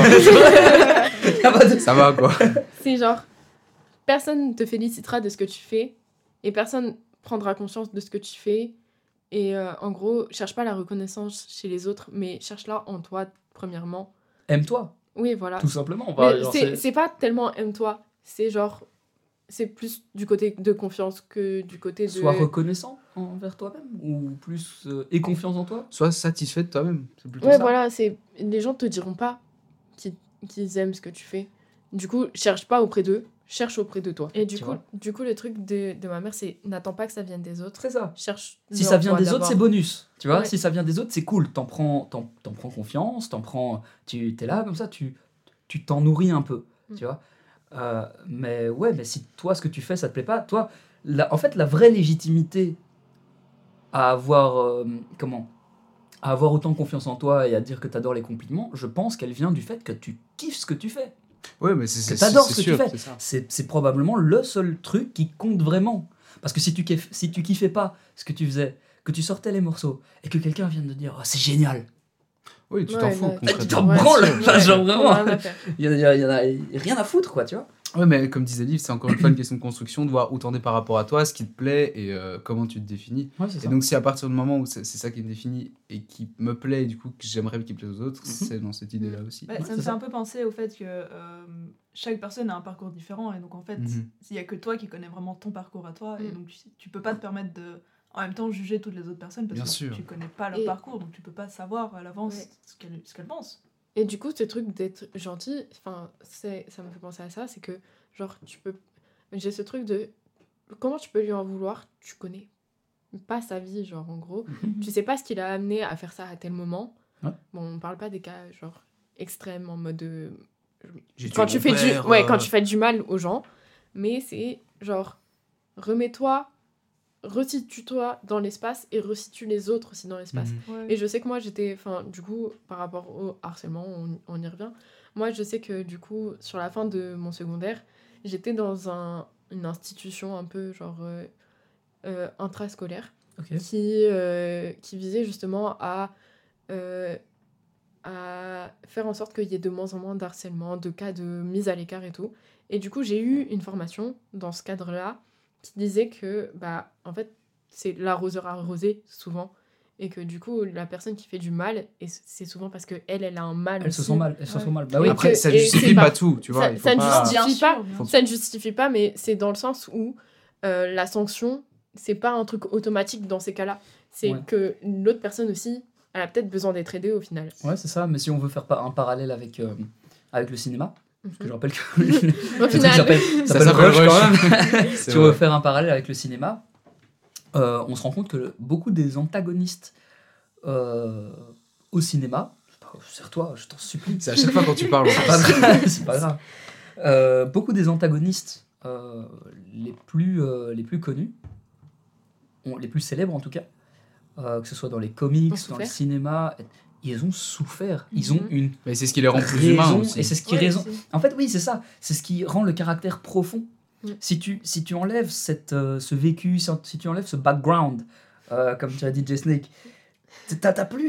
Ah bah, Ça va quoi. c'est genre personne ne te félicitera de ce que tu fais et personne prendra conscience de ce que tu fais. Et euh, en gros, cherche pas la reconnaissance chez les autres, mais cherche-la en toi, premièrement. aime-toi, Oui, voilà. tout simplement. Mais Bah, genre, c'est c'est- c'est pas tellement aime-toi, c'est genre. C'est plus du côté de confiance que du côté de. Sois reconnaissant envers toi-même ou plus euh, aie confiance en toi. Sois satisfait de toi-même. C'est plutôt Ouais, ça. voilà, c'est. Les gens te diront pas qu'ils qu'ils aiment ce que tu fais. Du coup, cherche pas auprès d'eux, cherche auprès de toi. Et du Tu coup, vois. du coup, le truc de, de ma mère, c'est n'attends pas que ça vienne des autres, C'est ça. cherche. Si ça vient des autres, c'est bonus. Tu vois, Ouais. si ça vient des autres, c'est cool. T'en prends, t'en, t'en prends confiance, t'en prends, tu es là comme ça, tu, tu t'en nourris un peu. Mm. Tu vois. Euh, mais ouais, mais si toi ce que tu fais ça te plaît pas, toi, la, en fait, la vraie légitimité à avoir, euh, comment, à avoir autant confiance en toi et à dire que t'adores les compliments, je pense qu'elle vient du fait que tu kiffes ce que tu fais. Ouais, mais c'est Que c'est- t'adores c'est ce que tu sûr, fais. c'est ça. C'est, c'est probablement le seul truc qui compte vraiment. Parce que si tu, kiff, si tu kiffais pas ce que tu faisais, que tu sortais les morceaux et que quelqu'un vienne de dire oh, c'est génial, Oui, tu Ouais, t'en fous. ouais. concrètement. tu t'en Ouais, branles, c'est- enfin, ouais, genre on vraiment. a rien à faire. il y, a- il y en a rien à foutre, quoi, tu vois. Ouais, mais comme disait Liv, c'est encore une fois une question de construction, de voir où t'en es par rapport à toi, ce qui te plaît et euh, comment tu te définis. Ouais, c'est Et donc, si à partir du moment où c'est c'est ça qui me définit et qui me plaît, et du coup, que j'aimerais qu'il plaise aux autres, Mhm. c'est dans cette idée-là aussi. Bah, Ouais, ça c'est me fait ça. un peu penser au fait que euh, chaque personne a un parcours différent et donc en fait, Mhm. il y a que toi qui connais vraiment ton parcours à toi et Mm. donc tu, tu peux pas te permettre de en même temps juger toutes les autres personnes parce Bien que sûr. tu connais pas leur Et- parcours donc tu peux pas savoir à l'avance Ouais. ce qu'elles ce qu'elles pensent. Et du coup, ce truc d'être gentil, enfin, c'est- ça me fait penser à ça, c'est que, genre, tu peux. J'ai ce truc de. Comment tu peux lui en vouloir? Tu connais pas sa vie, genre, en gros. Tu sais pas ce qui l'a amené à faire ça à tel moment. Ouais. Bon, on parle pas des cas, genre, extrêmes en mode. euh, J'ai quand tué tu mon fais du père, ouais euh, quand tu fais du mal aux gens, mais c'est genre remets-toi, resitue-toi dans l'espace et resitue les autres aussi dans l'espace. Mhm. Et je sais que moi j'étais, enfin du coup par rapport au harcèlement, on, on y revient. Moi je sais que du coup sur la fin de mon secondaire, j'étais dans un, une institution un peu genre euh, euh, intrascolaire Ok. qui, euh, qui visait justement à, euh, à faire en sorte qu'il y ait de moins en moins d'harcèlement, de cas de mise à l'écart et tout. Et du coup, j'ai eu une formation dans ce cadre-là qui disait que, bah, en fait, c'est l'arroseur arrosé, souvent. Et que du coup, la personne qui fait du mal, et c'est souvent parce qu'elle, elle a un mal Elle se aussi. sent mal, elle se Ouais. sent mal. Bah Et oui. Après, que- ça et justifie c'est pas pas- tout, tu vois. ça- il faut ça ne pas- justifie Bien pas. sûr, bien Faut- sûr. Ça ne justifie pas, mais c'est dans le sens où euh, la sanction, c'est pas un truc automatique dans ces cas-là. C'est Ouais. que l'autre personne aussi, elle a peut-être besoin d'être aidée au final. Ouais, c'est ça. Mais si on veut faire pa- un parallèle avec, euh, avec le cinéma, parce que je Mhm. rappelle que le Au truc final, s'appelle Ça s'appelle s'appelle Rush quand Rush. même. C'est Si on veut vrai. faire un parallèle avec le cinéma, euh, on se rend compte que beaucoup des antagonistes euh, au cinéma, serre-toi, je t'en supplie, C'est à chaque fois quand tu parles. en c'est plus. pas grave, c'est pas grave. Euh, beaucoup des antagonistes euh, les, plus, euh, les plus connus, ont- les plus célèbres en tout cas, euh, que ce soit dans les comics, Ont dans le souffert. cinéma, ils ont souffert. Ils ont Mhm. une Mais c'est ce qui les rend plus humains raison, aussi. et c'est ce qui Ouais, raison. aussi. En fait, oui, c'est ça. C'est ce qui rend le caractère profond. Mm. Si, tu, si tu enlèves cette, euh, ce vécu, si si tu enlèves ce background, euh, comme tu as dit, Jay Snake, t'as t'as plus, t'as-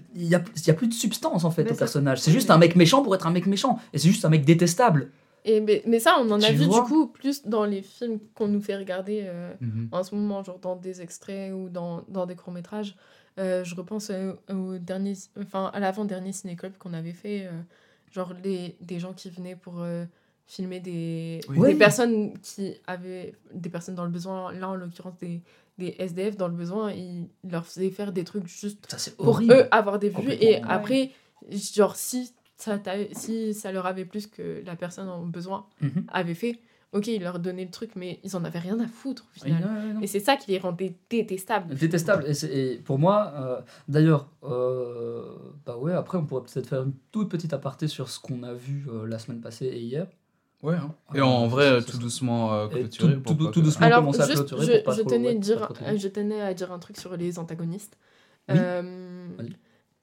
il y a, il y a plus de substance en fait Mais au ça- personnage. C'est oui, juste mais- un mec méchant pour être un mec méchant. Et c'est juste un mec détestable. Et mais, mais ça, on en a Tu vu vois du coup plus dans les films qu'on nous fait regarder euh, Mhm. en ce moment, genre dans des extraits ou dans, dans des courts-métrages. Euh, je repense euh, au dernier, enfin, à l'avant-dernier ciné-club qu'on avait fait, euh, genre les, des gens qui venaient pour euh, filmer des, Oui. des Oui. personnes qui avaient des personnes dans le besoin, là en l'occurrence des, des S D F dans le besoin, ils leur faisaient faire des trucs juste Ça, c'est pour horrible. eux avoir des vues Complètement, et ouais. après genre si ça t'a- si ça leur avait plus que la personne en besoin Mhm. avait fait, ok, ils leur donnaient le truc mais ils en avaient rien à foutre au Oui, final. ouais, ouais, non. Et c'est ça qui les rendait détestables. Détestable. Et, c'est- et pour moi, euh, d'ailleurs, euh, bah ouais, après, on pourrait peut-être faire une toute petite aparté sur ce qu'on a vu euh, la semaine passée et hier. Ouais, hein. Et Ah, en vrai, ça, euh, ça, tout ça. doucement euh, Et clôturé. tout- pour tout- pas tout que- doucement. Alors commencer à juste clôturer je, pour pas je trop- tenais ouais, à dire pas trop trop euh, je tenais à dire un truc sur les antagonistes. Oui. Euh, Vas-y.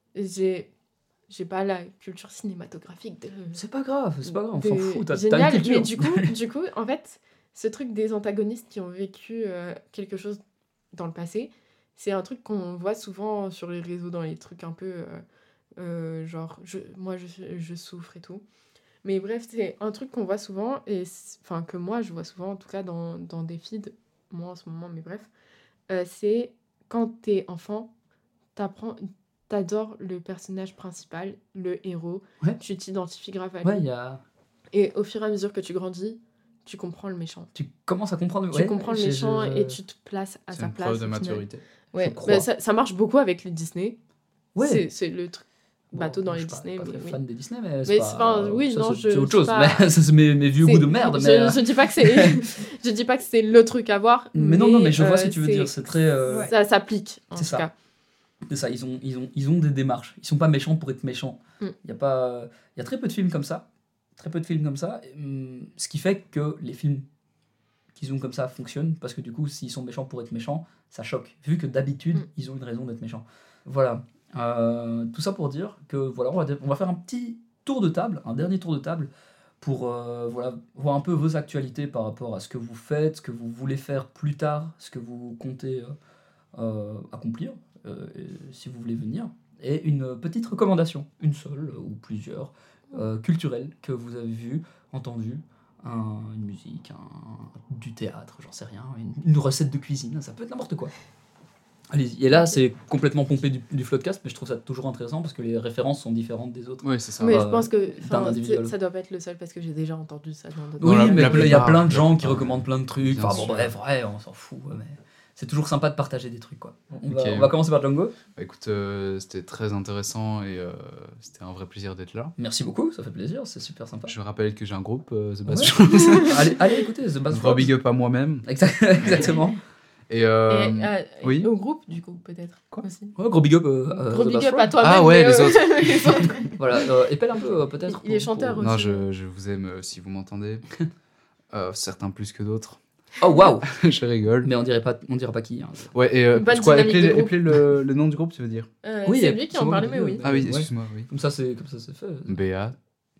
j'ai j'ai pas la culture cinématographique de C'est pas grave, c'est pas grave, on des- s'en fout. T'as t'as génial, une culture. mais du coup, du coup, en fait, ce truc des antagonistes qui ont vécu euh, quelque chose dans le passé, c'est un truc qu'on voit souvent sur les réseaux, dans les trucs un peu euh, euh, genre, je, moi je, je souffre et tout. Mais bref, c'est un truc qu'on voit souvent, et c'est- enfin que moi je vois souvent, en tout cas dans, dans des feeds, moi en ce moment, mais bref, euh, c'est quand t'es enfant, t'apprends, t'adores le personnage principal, le héros, Ouais. tu t'identifies grave à lui. Ouais, il y a... Et au fur et à mesure que tu grandis, tu comprends le méchant. Tu commences à comprendre. Tu ouais, comprends le j'ai- méchant je- et tu te places à C'est sa une place. preuve de au final. maturité. Ouais, Je crois. bah, ça, ça marche beaucoup avec les Disney. Ouais. C'est, c'est le truc Bon, bateau dans je les suis pas- Disney. Pas mais très oui. fan des Disney, mais Mais c'est c'est pas... pas- oui, ça, non, c'est je- c'est autre je chose. sais pas. Mais ça, c'est mes, mes vieux C'est- goûts de merde. je, Mais, euh, je dis pas que c'est, je dis pas que c'est le truc à voir. mais non, non, mais je vois euh, ce que tu veux c'est- dire. C'est très... euh, Ouais. Ça s'applique en C'est tout ça. cas. C'est ça, ils ont, ils, ont, ils ont des démarches. Ils sont pas méchants pour être méchants. Il Mm. y a pas, il y a très peu de films comme ça. Très peu de films comme ça. Et, hum, ce qui fait que les films qu'ils ont comme ça fonctionnent. Parce que du coup, s'ils sont méchants pour être méchants, ça choque. Vu que d'habitude, Mm. ils ont une raison d'être méchants. Voilà. Euh, tout ça pour dire que voilà, on va, on va faire un petit tour de table, un dernier tour de table pour euh, voilà, voir un peu vos actualités par rapport à ce que vous faites, ce que vous voulez faire plus tard, ce que vous comptez euh, euh, accomplir, euh, et si vous voulez venir, et une petite recommandation, une seule ou plusieurs, euh, culturelles que vous avez vues, entendues, un- une musique, un- du théâtre, j'en sais rien, une, une recette de cuisine, ça peut être n'importe quoi. Allez-y. Et là, c'est complètement pompé du, du Floodcast, mais je trouve ça toujours intéressant parce que les références sont différentes des autres. Oui, c'est ça. Mais euh, je pense que d'un enfin, individuel. c'est- ça doit pas être le seul parce que j'ai déjà entendu ça dans d'autres. Dans Oui, la- mais la il y a plupart, plein de gens la qui plupart. recommandent plein de trucs. Bien Enfin bon, sûr. bref, ouais, on s'en fout. ouais, mais c'est toujours sympa de partager des trucs, quoi. On, va, Ok. on va commencer par Django. Bah, écoute, euh, c'était très intéressant et euh, c'était un vrai plaisir d'être là. Merci beaucoup, ça fait plaisir, c'est super sympa. Je rappelle que j'ai un groupe, euh, The Ouais. Bass Frogs. allez, allez, écoutez, The Bass Gros Frogs. big up à moi-même. Exact- Exactement. Et, euh, Et, euh, oui. au groupe, du coup, peut-être. Quoi aussi. Ouais, gros big up. euh, euh, Gros The big Bass up Frogs. à toi-même. Ah ouais, mais, les euh, autres. les autres. Voilà, euh, épelle un peu, euh, peut-être. Il est pour- chanteur pour- aussi. Non, je, je vous aime euh, si vous m'entendez. Euh, certains plus que d'autres. Oh, waouh. Je rigole. Mais on dirait pas, on dira pas qui. hein. Ouais, et euh, Une bonne quoi, dynamique appeler, de groupe. appeler le, le nom du groupe, tu veux dire Euh, Oui, c'est et- lui qui c'est en moi parlait, qui mais dis, oui. euh, Ah oui, ouais. excuse-moi, oui. Comme ça, c'est comme ça, c'est fait. B A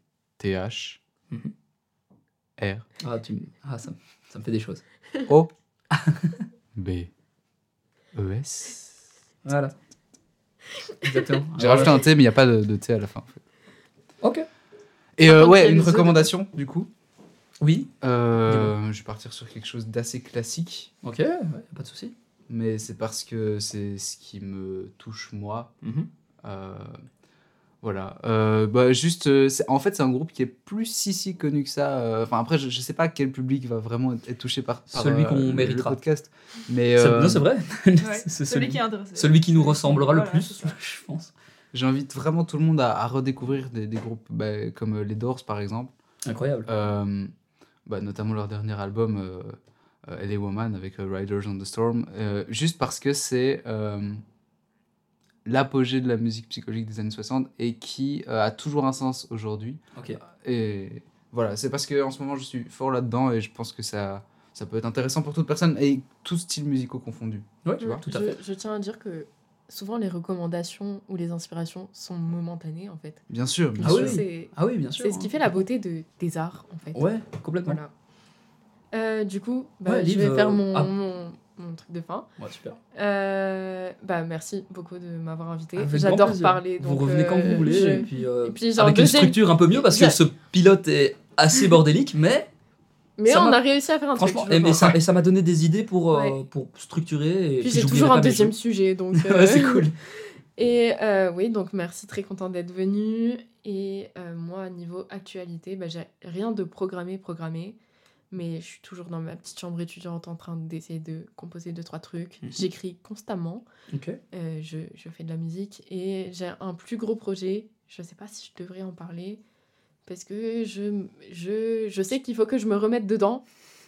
T H Mhm. R Ah, tu, m- ah ça, me- ça me fait des choses. O B E S. Voilà. Exactement. J'ai Alors, rajouté un T, mais il n'y a pas de, de T à la fin. En fait. Ok. Et Par euh, contre, il y ouais, a une les œufs recommandation, du coup. Oui. Euh, je vais partir sur quelque chose d'assez classique, Ok, ouais, pas de souci. mais c'est parce que c'est ce qui me touche moi. Mhm. Euh, voilà. Euh, bah, juste, euh, c'est- en fait, c'est un groupe qui est plus si si connu que ça. euh, Enfin, après, je, je sais pas quel public va vraiment être, être touché par, par, Celui euh, qu'on le- méritera. le podcast. Mais C'est- euh, Non, c'est vrai. Ouais, c'est celui, qui est intéressé. celui qui nous ressemblera Voilà, le c'est plus, ça. je pense. j'invite vraiment tout le monde à, à redécouvrir des, des groupes bah, comme euh, les Doors, par exemple. Incroyable. Euh, bah, notamment leur dernier album, euh, euh, L A Woman, avec euh, Riders on the Storm. Euh, juste parce que c'est euh, l'apogée de la musique psychologique des années soixante et qui euh, a toujours un sens aujourd'hui. Ok. Et voilà, c'est parce qu'en ce moment, je suis fort là-dedans et je pense que ça, ça peut être intéressant pour toute personne et tous styles musicaux confondus. Ouais, Tu vois, tout à je, fait. je tiens à dire que souvent les recommandations ou les inspirations sont momentanées en fait. Bien sûr, bien Ah sûr. oui. C'est Ah oui, bien sûr. c'est ce qui fait la beauté de, des arts en fait. Ouais, complètement. Voilà. Euh, du coup, bah, Ouais, je Liv, vais faire euh, mon, ah. mon, mon truc de fin. Ouais, super. Euh, bah, merci beaucoup de m'avoir invité. Avec grand J'adore plaisir. parler. Donc, Vous revenez quand euh, vous voulez. je- Et puis, euh, Et puis, genre, avec une deuxième- structure un peu mieux, parce que J'ai- ce pilote est assez bordélique, mais Mais ça on m'a- a réussi à faire un franchement, truc. et, je et ça, pense. et ça m'a donné des idées pour, euh, Ouais. pour structurer. Et Puis j'ai j'oublierai toujours pas un mes deuxième choses. sujet, donc... Ouais, euh, c'est cool. Et euh, oui, donc merci, très contente d'être venue. Et euh, moi, niveau actualité, bah, j'ai rien de programmé, programmé. Mais je suis toujours dans ma petite chambre étudiante en train d'essayer de composer deux, trois trucs. Mhm. J'écris constamment. Ok. Euh, je, je fais de la musique. Et j'ai un plus gros projet. Je sais pas si je devrais en parler. Parce que je, je, je sais qu'il faut que je me remette dedans.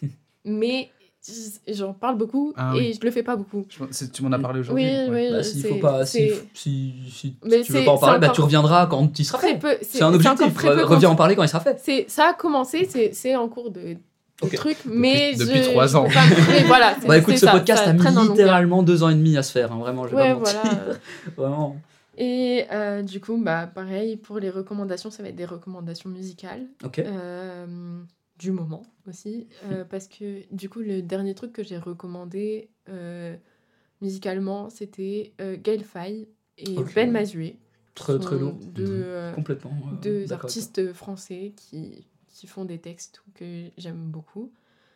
Mais j'en parle beaucoup Ah et oui. je le fais pas beaucoup. Je- c'est- Tu m'en as parlé aujourd'hui. Oui, ouais. oui. Bah, s'il c'est- faut pas, si, c'est- si, si Mais tu veux c'est- pas en c'est parler, bah, encore tu reviendras quand il sera Très fait. peu. C'est un objectif. encore très peu Reviens en parler quand il sera fait. C'est, ça a commencé, c'est, c'est en cours de, de Ok. trucs, mais depuis je- trois je ans. peux pas me- oui, voilà, c'est, Bah écoute, c'est ce ça, podcast ça a mis traîne en longueur. littéralement deux ans et demi à se faire, hein, vraiment, je vais Ouais, pas mentir. voilà. Vraiment. Et euh, du coup, bah, pareil, pour les recommandations, ça va être des recommandations musicales, Ok. euh, du moment aussi, euh, parce que du coup, le dernier truc que j'ai recommandé euh, musicalement, c'était euh, Gaël Faye et Ok. Ben Mazué. Très très sont lourd. Deux, euh, Complètement. euh, deux d'accord. artistes français qui, qui font des textes que j'aime beaucoup,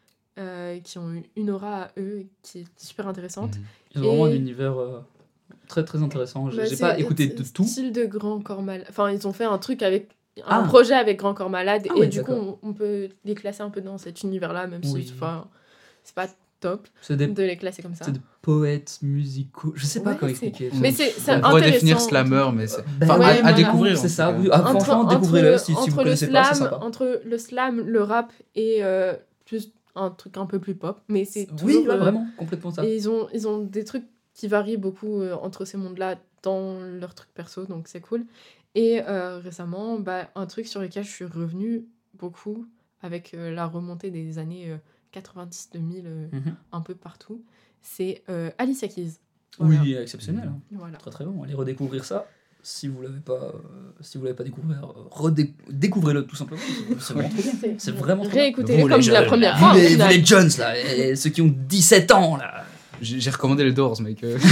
euh, qui ont eu une aura à eux qui est super intéressante. Mhm. Ils ont vraiment Et- un univers euh, très très intéressant. J'ai Bah, j'ai c'est- pas écouté c'est de tout. Style de Grand Corps Malade. Enfin, ils ont fait un truc avec Ah. un projet avec Grand Corps Malade Ah et ouais, du coup, d'accord. on, on peut les classer un peu dans cet univers-là, même Oui. si, enfin, c'est pas top C'est des, de les classer comme ça. c'est des poètes musicaux. Je sais pas Ouais, comment c'est- expliquer. Mais c'est, c'est On pourrait intéressant. définir slammer, mais c'est. Ben Enfin, ouais, à, à voilà. découvrir. C'est en ça, tout oui. cas. Ah, franchement, découvrez-le si, si vous entre le connaissez pas, c'est slam, sympa. entre le slam, le rap et euh, plus un truc un peu plus pop, mais c'est Oui, toujours, ouais, euh, vraiment, complètement ça. Et ils ont, ils ont des trucs qui varient beaucoup euh, entre ces mondes-là dans leurs trucs perso, donc c'est cool. Et euh, récemment, bah, un truc sur lequel je suis revenue beaucoup avec euh, la remontée des années euh, quatre-vingt-dix deux mille euh, Mhm. un peu partout, c'est euh, Alicia Keys. Voilà. Oui, exceptionnel. hein. Voilà. Très très bon. Allez redécouvrir ça. Si vous l'avez pas, euh, si vous l'avez pas découvert, euh, redé- découvrez-le tout simplement. C'est vraiment trop bien. C'est vraiment trop bien. Réécoutez-les Vous, comme les la jeunes, première là, fois. Vous au les, vous final. les Jones là, et ceux qui ont dix-sept ans là. J'ai j'ai recommandé les Doors, mec. euh.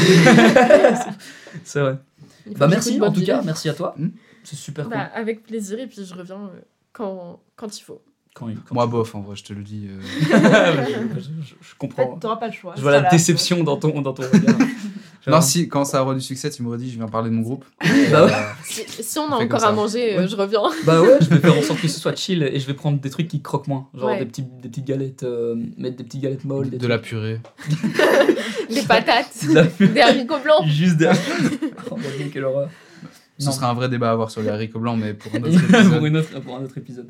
C'est vrai. Il faut Bah que merci j'écoute en Bob tout cas, Dylan. merci à toi. Hmm. C'est super Bah, cool. avec plaisir, et puis je reviens euh, quand, quand il faut. Quand il- quand Moi, tu- bof, en vrai, je te le dis. euh. je, je- je En fait, comprends. t'auras pas le choix. Je vois la Ça, là, déception dans ton, dans ton regard. Non, si, quand ça aura du succès, tu m'aurais dit, je viens parler de mon groupe. Bah ouais. Euh, Si, si on a On fait encore comme à ça. manger, euh, Ouais. je reviens. Bah ouais, je vais faire en sorte que ce soit chill et je vais prendre des trucs qui croquent moins. Genre Ouais. des, petits, des petites galettes, euh, mettre des petites galettes molles. de, des de la trucs- purée. Des patates, de la- des haricots blancs. Juste des. Oh mon dieu, quelle horreur. Ce Non. sera un vrai débat à avoir sur les haricots blancs, mais pour un autre épisode. pour, une autre, pour un autre épisode.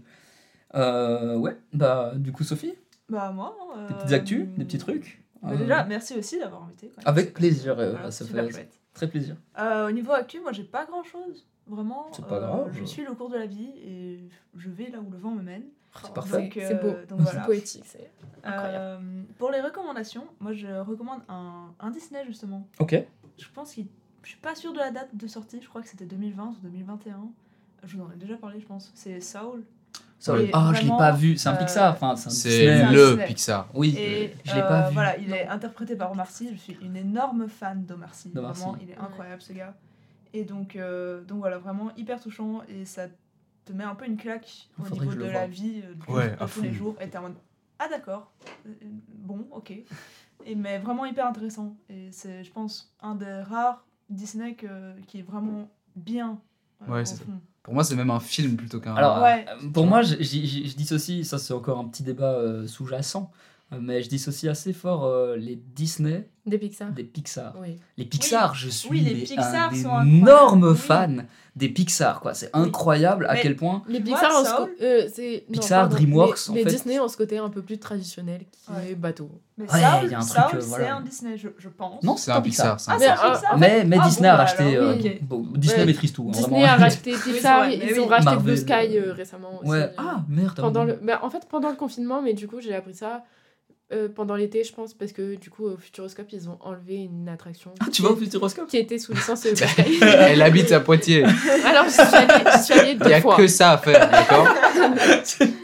Euh, ouais, bah du coup, Sophie, Bah, moi. des euh, petites actus, des petits trucs. bah, Euh, déjà, merci aussi d'avoir invité. quand même. Avec plaisir, euh, Voilà, ça super fait chouette. très plaisir. Euh, au niveau actu, moi j'ai pas grand chose, vraiment. C'est pas Euh, grave. Je suis le cours de la vie et je vais là où le vent me mène. C'est parfait. Donc, C'est euh, beau, donc c'est voilà. poétique. C'est... incroyable. Euh, pour les recommandations, moi je recommande un, un Disney justement. Ok. Je pense qu'il. Je suis pas sûre de la date de sortie, je crois que c'était deux mille vingt ou deux mille vingt et un. Je vous en ai déjà parlé, je pense. C'est Soul. Ça, Oui, ah, je l'ai vraiment, pas vu. C'est un euh, Pixar. Enfin, c'est un C'est Disney. un le Disney. Pixar. Oui, Et je l'ai euh, pas vu. voilà, il est interprété par Omar Sy. Je suis une énorme fan d'Omar Sy. D'Omar Sy. Vraiment, il est incroyable ce gars. Et donc, euh, donc voilà, vraiment hyper touchant et ça te met un peu une claque au Faudrait niveau que je de le la voie. vie euh, de, Ouais, de à tous les fond. jours. Et t'es en mode ah d'accord, euh, bon, ok. Et mais vraiment hyper intéressant. Et c'est, je pense, un des rares Disney que- qui est vraiment bien. euh, Ouais, au c'est ça. fond. Pour moi, c'est même un film plutôt qu'un. Alors, Ouais. euh, pour moi, je, je- je- je dissocie, ça c'est encore un petit débat euh, sous-jacent, euh, mais je dissocie assez fort euh, les Disney Des Pixar. des Pixar. Oui. Les Pixar, je suis Oui, les mais Pixar un sont incroyables. énorme Oui. fan des Pixar, quoi. C'est incroyable à Mais- quel point. Les Tu Pixar, vois, ont ce Soul co- euh, c'est... non, Pixar, pardon, DreamWorks, les, en les fait. Disney ont ce côté un peu plus traditionnel qui Ouais. est bateau. Mais Ouais, Soul, y a un truc, Soul, euh, c'est voilà. un Disney, je, je pense. Non, C'est un Pixar. c'est un Ah, Mais, c'est un Pixar. euh, Pixar. Mais, mais Ah Disney bon, a bah racheté. alors, euh, ok. bon, Disney Ouais, maîtrise tout. hein, Disney vraiment. a racheté c'est Pixar, vrai, mais ils ont oui. racheté Marvel, Blue Sky euh, euh, récemment aussi. Ouais. Ah merde. Pendant le... bah, en fait, pendant le confinement, mais du coup, j'ai appris ça euh, pendant l'été, je pense, parce que du coup, au Futuroscope, ils ont enlevé une attraction Ah, tu qui, vas au Futuroscope qui était sous licence Blue Sky. Elle habite à Poitiers. Alors, je suis allée, je suis allée Il deux n'y a fois. que ça à faire, d'accord?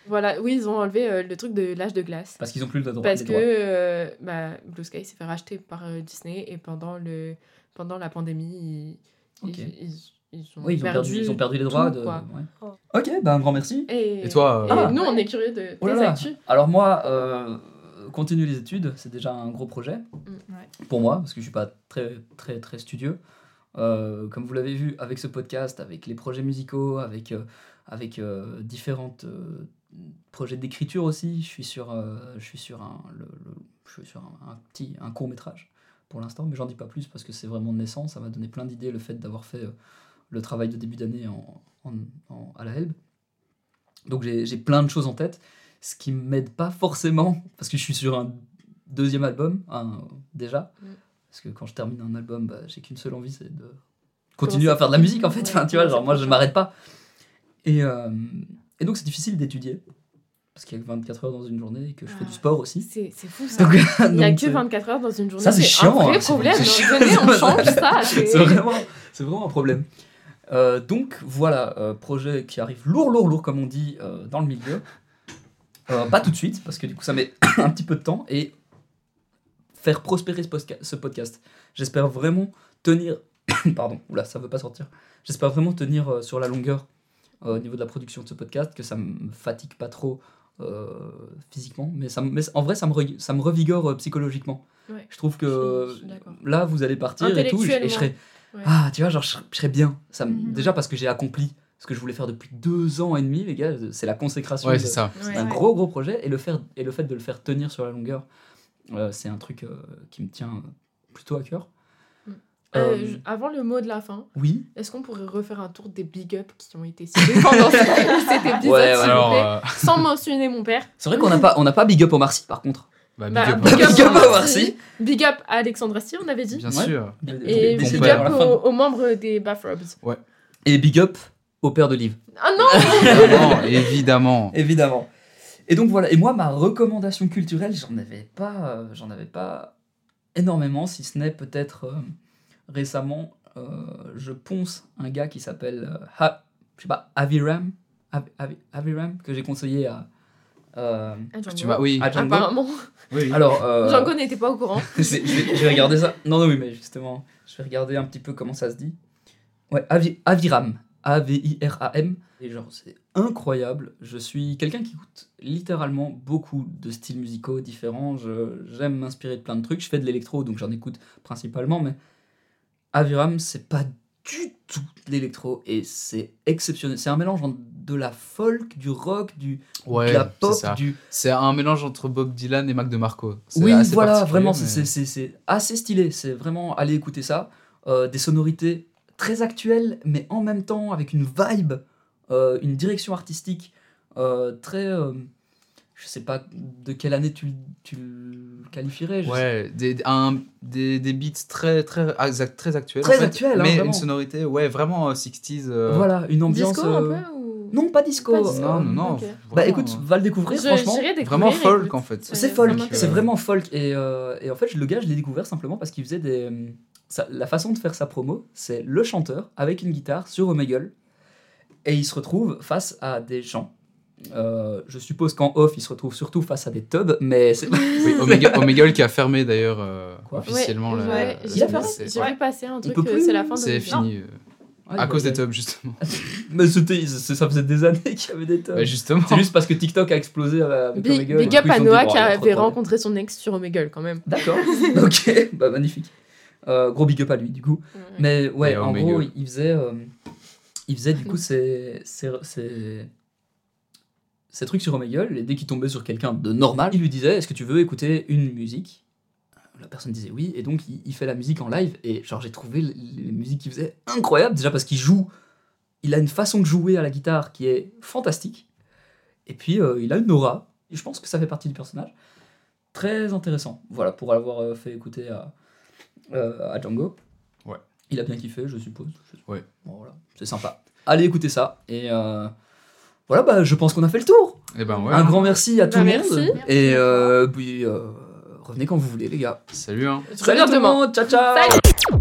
Voilà, oui, ils ont enlevé euh, le truc de l'âge de glace. Parce qu'ils ont plus le droit. Parce les que droits. euh, bah, Blue Sky s'est fait racheter par euh, Disney et pendant, le, pendant la pandémie, ils, Ok. ils, ils, ils ont Oui, ils ont perdu, ils ont perdu les droits. tout, de... quoi. ouais. Oh. Ok, bah un grand merci. Et, Et toi, et euh, Ah. nous, on est curieux de Oh là tes là. actus. Alors moi, euh, continuer les études, c'est déjà un gros projet Ouais. pour moi, parce que je suis pas très très très studieux. Euh, comme vous l'avez vu avec ce podcast, avec les projets musicaux, avec euh, avec euh, différentes euh, projets d'écriture aussi. Je suis sur euh, je suis sur un le, le- je suis sur un, un petit un court métrage pour l'instant, mais j'en dis pas plus parce que c'est vraiment de naissance. Ça m'a donné plein d'idées le fait d'avoir fait euh, le travail de début d'année en, en- en- à la Helbe. Donc j'ai j'ai plein de choses en tête, ce qui m'aide pas forcément parce que je suis sur un deuxième album un- déjà. Mm. Parce que quand je termine un album, bah, j'ai qu'une seule envie, c'est de continuer Commencer à faire de la musique en fait. ouais, Enfin, tu vois, genre commencer moi je prochain. m'arrête pas. Et, euh, et donc c'est difficile d'étudier parce qu'il y a que vingt-quatre heures dans une journée et que je fais du Ah. n'y aussi. C'est c'est fou ça. Donc, Il n'y a donc, que c'est- vingt-quatre heures dans une journée. Ça, c'est un chiant, vrai hein, c'est- problème. c'est Donc, chiant. venez, on change ça. C'est vraiment, c'est vraiment un problème. Euh, donc voilà, euh, projet qui arrive lourd, lourd, lourd comme on dit euh, dans le milieu. Euh, pas tout de suite parce que du coup ça met un petit peu de temps et faire prospérer ce, posca- ce podcast. J'espère vraiment tenir, pardon, oula ça veut pas sortir. J'espère vraiment tenir euh, sur la longueur euh, au niveau de la production de ce podcast, que ça me fatigue pas trop euh, physiquement, mais, ça, me- mais en vrai ça me, re- ça me revigore euh, psychologiquement. Ouais. Je trouve que Je suis- je suis d'accord. là vous allez partir et tout, et je, et je serai Ouais. ah, tu vois, genre, je, je serais bien. Ça, me- Mhm. Déjà parce que j'ai accompli ce que je voulais faire depuis deux ans et demi, les gars. C'est la consécration Ouais, de- c'est ça. Ouais. d'un Ouais. gros, gros projet. Et le, faire, et le fait de le faire tenir sur la longueur, euh, c'est un truc euh, qui me tient plutôt à cœur. Mm. Euh, Euh, je- avant le mot de la fin, oui. est-ce qu'on pourrait refaire un tour des big ups qui ont été cités pendant cet épisode, Ouais, ouais. s'il vous Alors, plaît, euh, sans mentionner mon père. C'est vrai qu'on n'a pas, on n'a pas big up Omar Sy, par contre. bah, big Bah, up, big hein. up Big up à Omar Sy. Big up à Alexandre Astier, on avait dit. Bien Ouais. sûr. Et Bon big père. up aux, aux membres des Bathrobes. Et big up au père de Liv. Ah non Évidemment, évidemment. Évidemment. Et donc voilà. Et moi, ma recommandation culturelle, j'en avais pas, euh, j'en avais pas énormément, si ce n'est peut-être euh, récemment, euh, je ponce un gars qui s'appelle, euh, Ha- je sais pas, Aviram, Av- Avi- Aviram, que j'ai conseillé à. euh, Ah, Django. Tu m'as, oui. à Django. Apparemment. Oui. Alors, euh, Django n'était pas au courant. je, vais, je vais- je vais regarder ça. Non, non, oui, mais justement, je vais regarder un petit peu comment ça se dit. Ouais, Avi- Aviram. A V I R A M. Et genre, c'est incroyable. Je suis quelqu'un qui écoute littéralement beaucoup de styles musicaux différents. Je- J'aime m'inspirer de plein de trucs. Je fais de l'électro, donc j'en écoute principalement. Mais Aviram, c'est pas du tout de l'électro. Et c'est exceptionnel. C'est un mélange entre de la folk, du rock, du, Ouais, de la c'est pop, ça. du. C'est un mélange entre Bob Dylan et Mac DeMarco. C'est Oui, assez voilà, particulier, vraiment, mais- c'est- c'est c'est assez stylé. C'est vraiment, allez écouter ça. Euh, des sonorités très actuelles, mais en même temps avec une vibe, euh, une direction artistique euh, très. euh, je sais pas de quelle année tu, tu le qualifierais. je sais- Ouais, des, un, des, des beats très, très, exact- très actuels. Très en fait, actuels, hein, mais vraiment. une sonorité, ouais, vraiment euh, sixties. euh, Voilà, une ambiance. Disco euh, un peu ou... Non, pas disco. Pas disco. Non, non, non. Ok. vraiment, Bah écoute, euh, va le découvrir, Je- franchement. j'irai découvrir, Vraiment folk écoute. en fait. Ouais, C'est ça folk, m'intéresse. c'est vraiment folk. Et, euh, et en fait, le gars, je l'ai découvert simplement parce qu'il faisait des. ça- la façon de faire sa promo, c'est le chanteur avec une guitare sur Omegle. Et il se retrouve face à des gens. Euh, je suppose qu'en off, il se retrouve surtout face à des tubs, mais c'est. Oui, Omegle, Omegle qui a fermé d'ailleurs euh, Quoi officiellement. Ouais, la- ouais, la- j'ai a vu, fermé c'est- j'ai ouais. vu passer un truc, peut euh, plus, c'est la fin de... C'est fini. euh, à cause des tubs, justement. Mais c'était, c'est- ça faisait des années qu'il y avait des tubs. Bah, justement. C'est juste parce que TikTok a explosé avec Big, Omegle. big et up du coup, à ils ont dit, Noah bon, qui il y a trop avait de problèmes. rencontré son ex sur Omegle quand même. D'accord, ok, bah magnifique. Euh, gros big up à lui, du coup. Mais ouais, Mais en Omegle. gros, il faisait, euh, il faisait du coup ces, ces, ces, ces trucs sur Omegle, et dès qu'il tombait sur quelqu'un de normal, il lui disait, est-ce que tu veux écouter une musique? La personne disait oui, et donc il, il fait la musique en live, et genre j'ai trouvé les, les musiques qu'il faisait incroyables, déjà parce qu'il joue, il a une façon de jouer à la guitare qui est fantastique, et puis euh, il a une aura, et je pense que ça fait partie du personnage. Très intéressant, voilà, pour avoir euh, fait écouter à, euh, à Django. Ouais. Il a bien kiffé, je suppose. Je- Ouais. Bon, voilà, c'est sympa. Allez écouter ça. Et euh, voilà, bah, je pense qu'on a fait le tour. Et ben ouais. Un grand merci à tout Bah, le merci. monde. Et euh, puis, euh, revenez quand vous voulez, les gars. Salut, hein. Je Salut reviens tout le demain. monde, ciao ciao. Salut.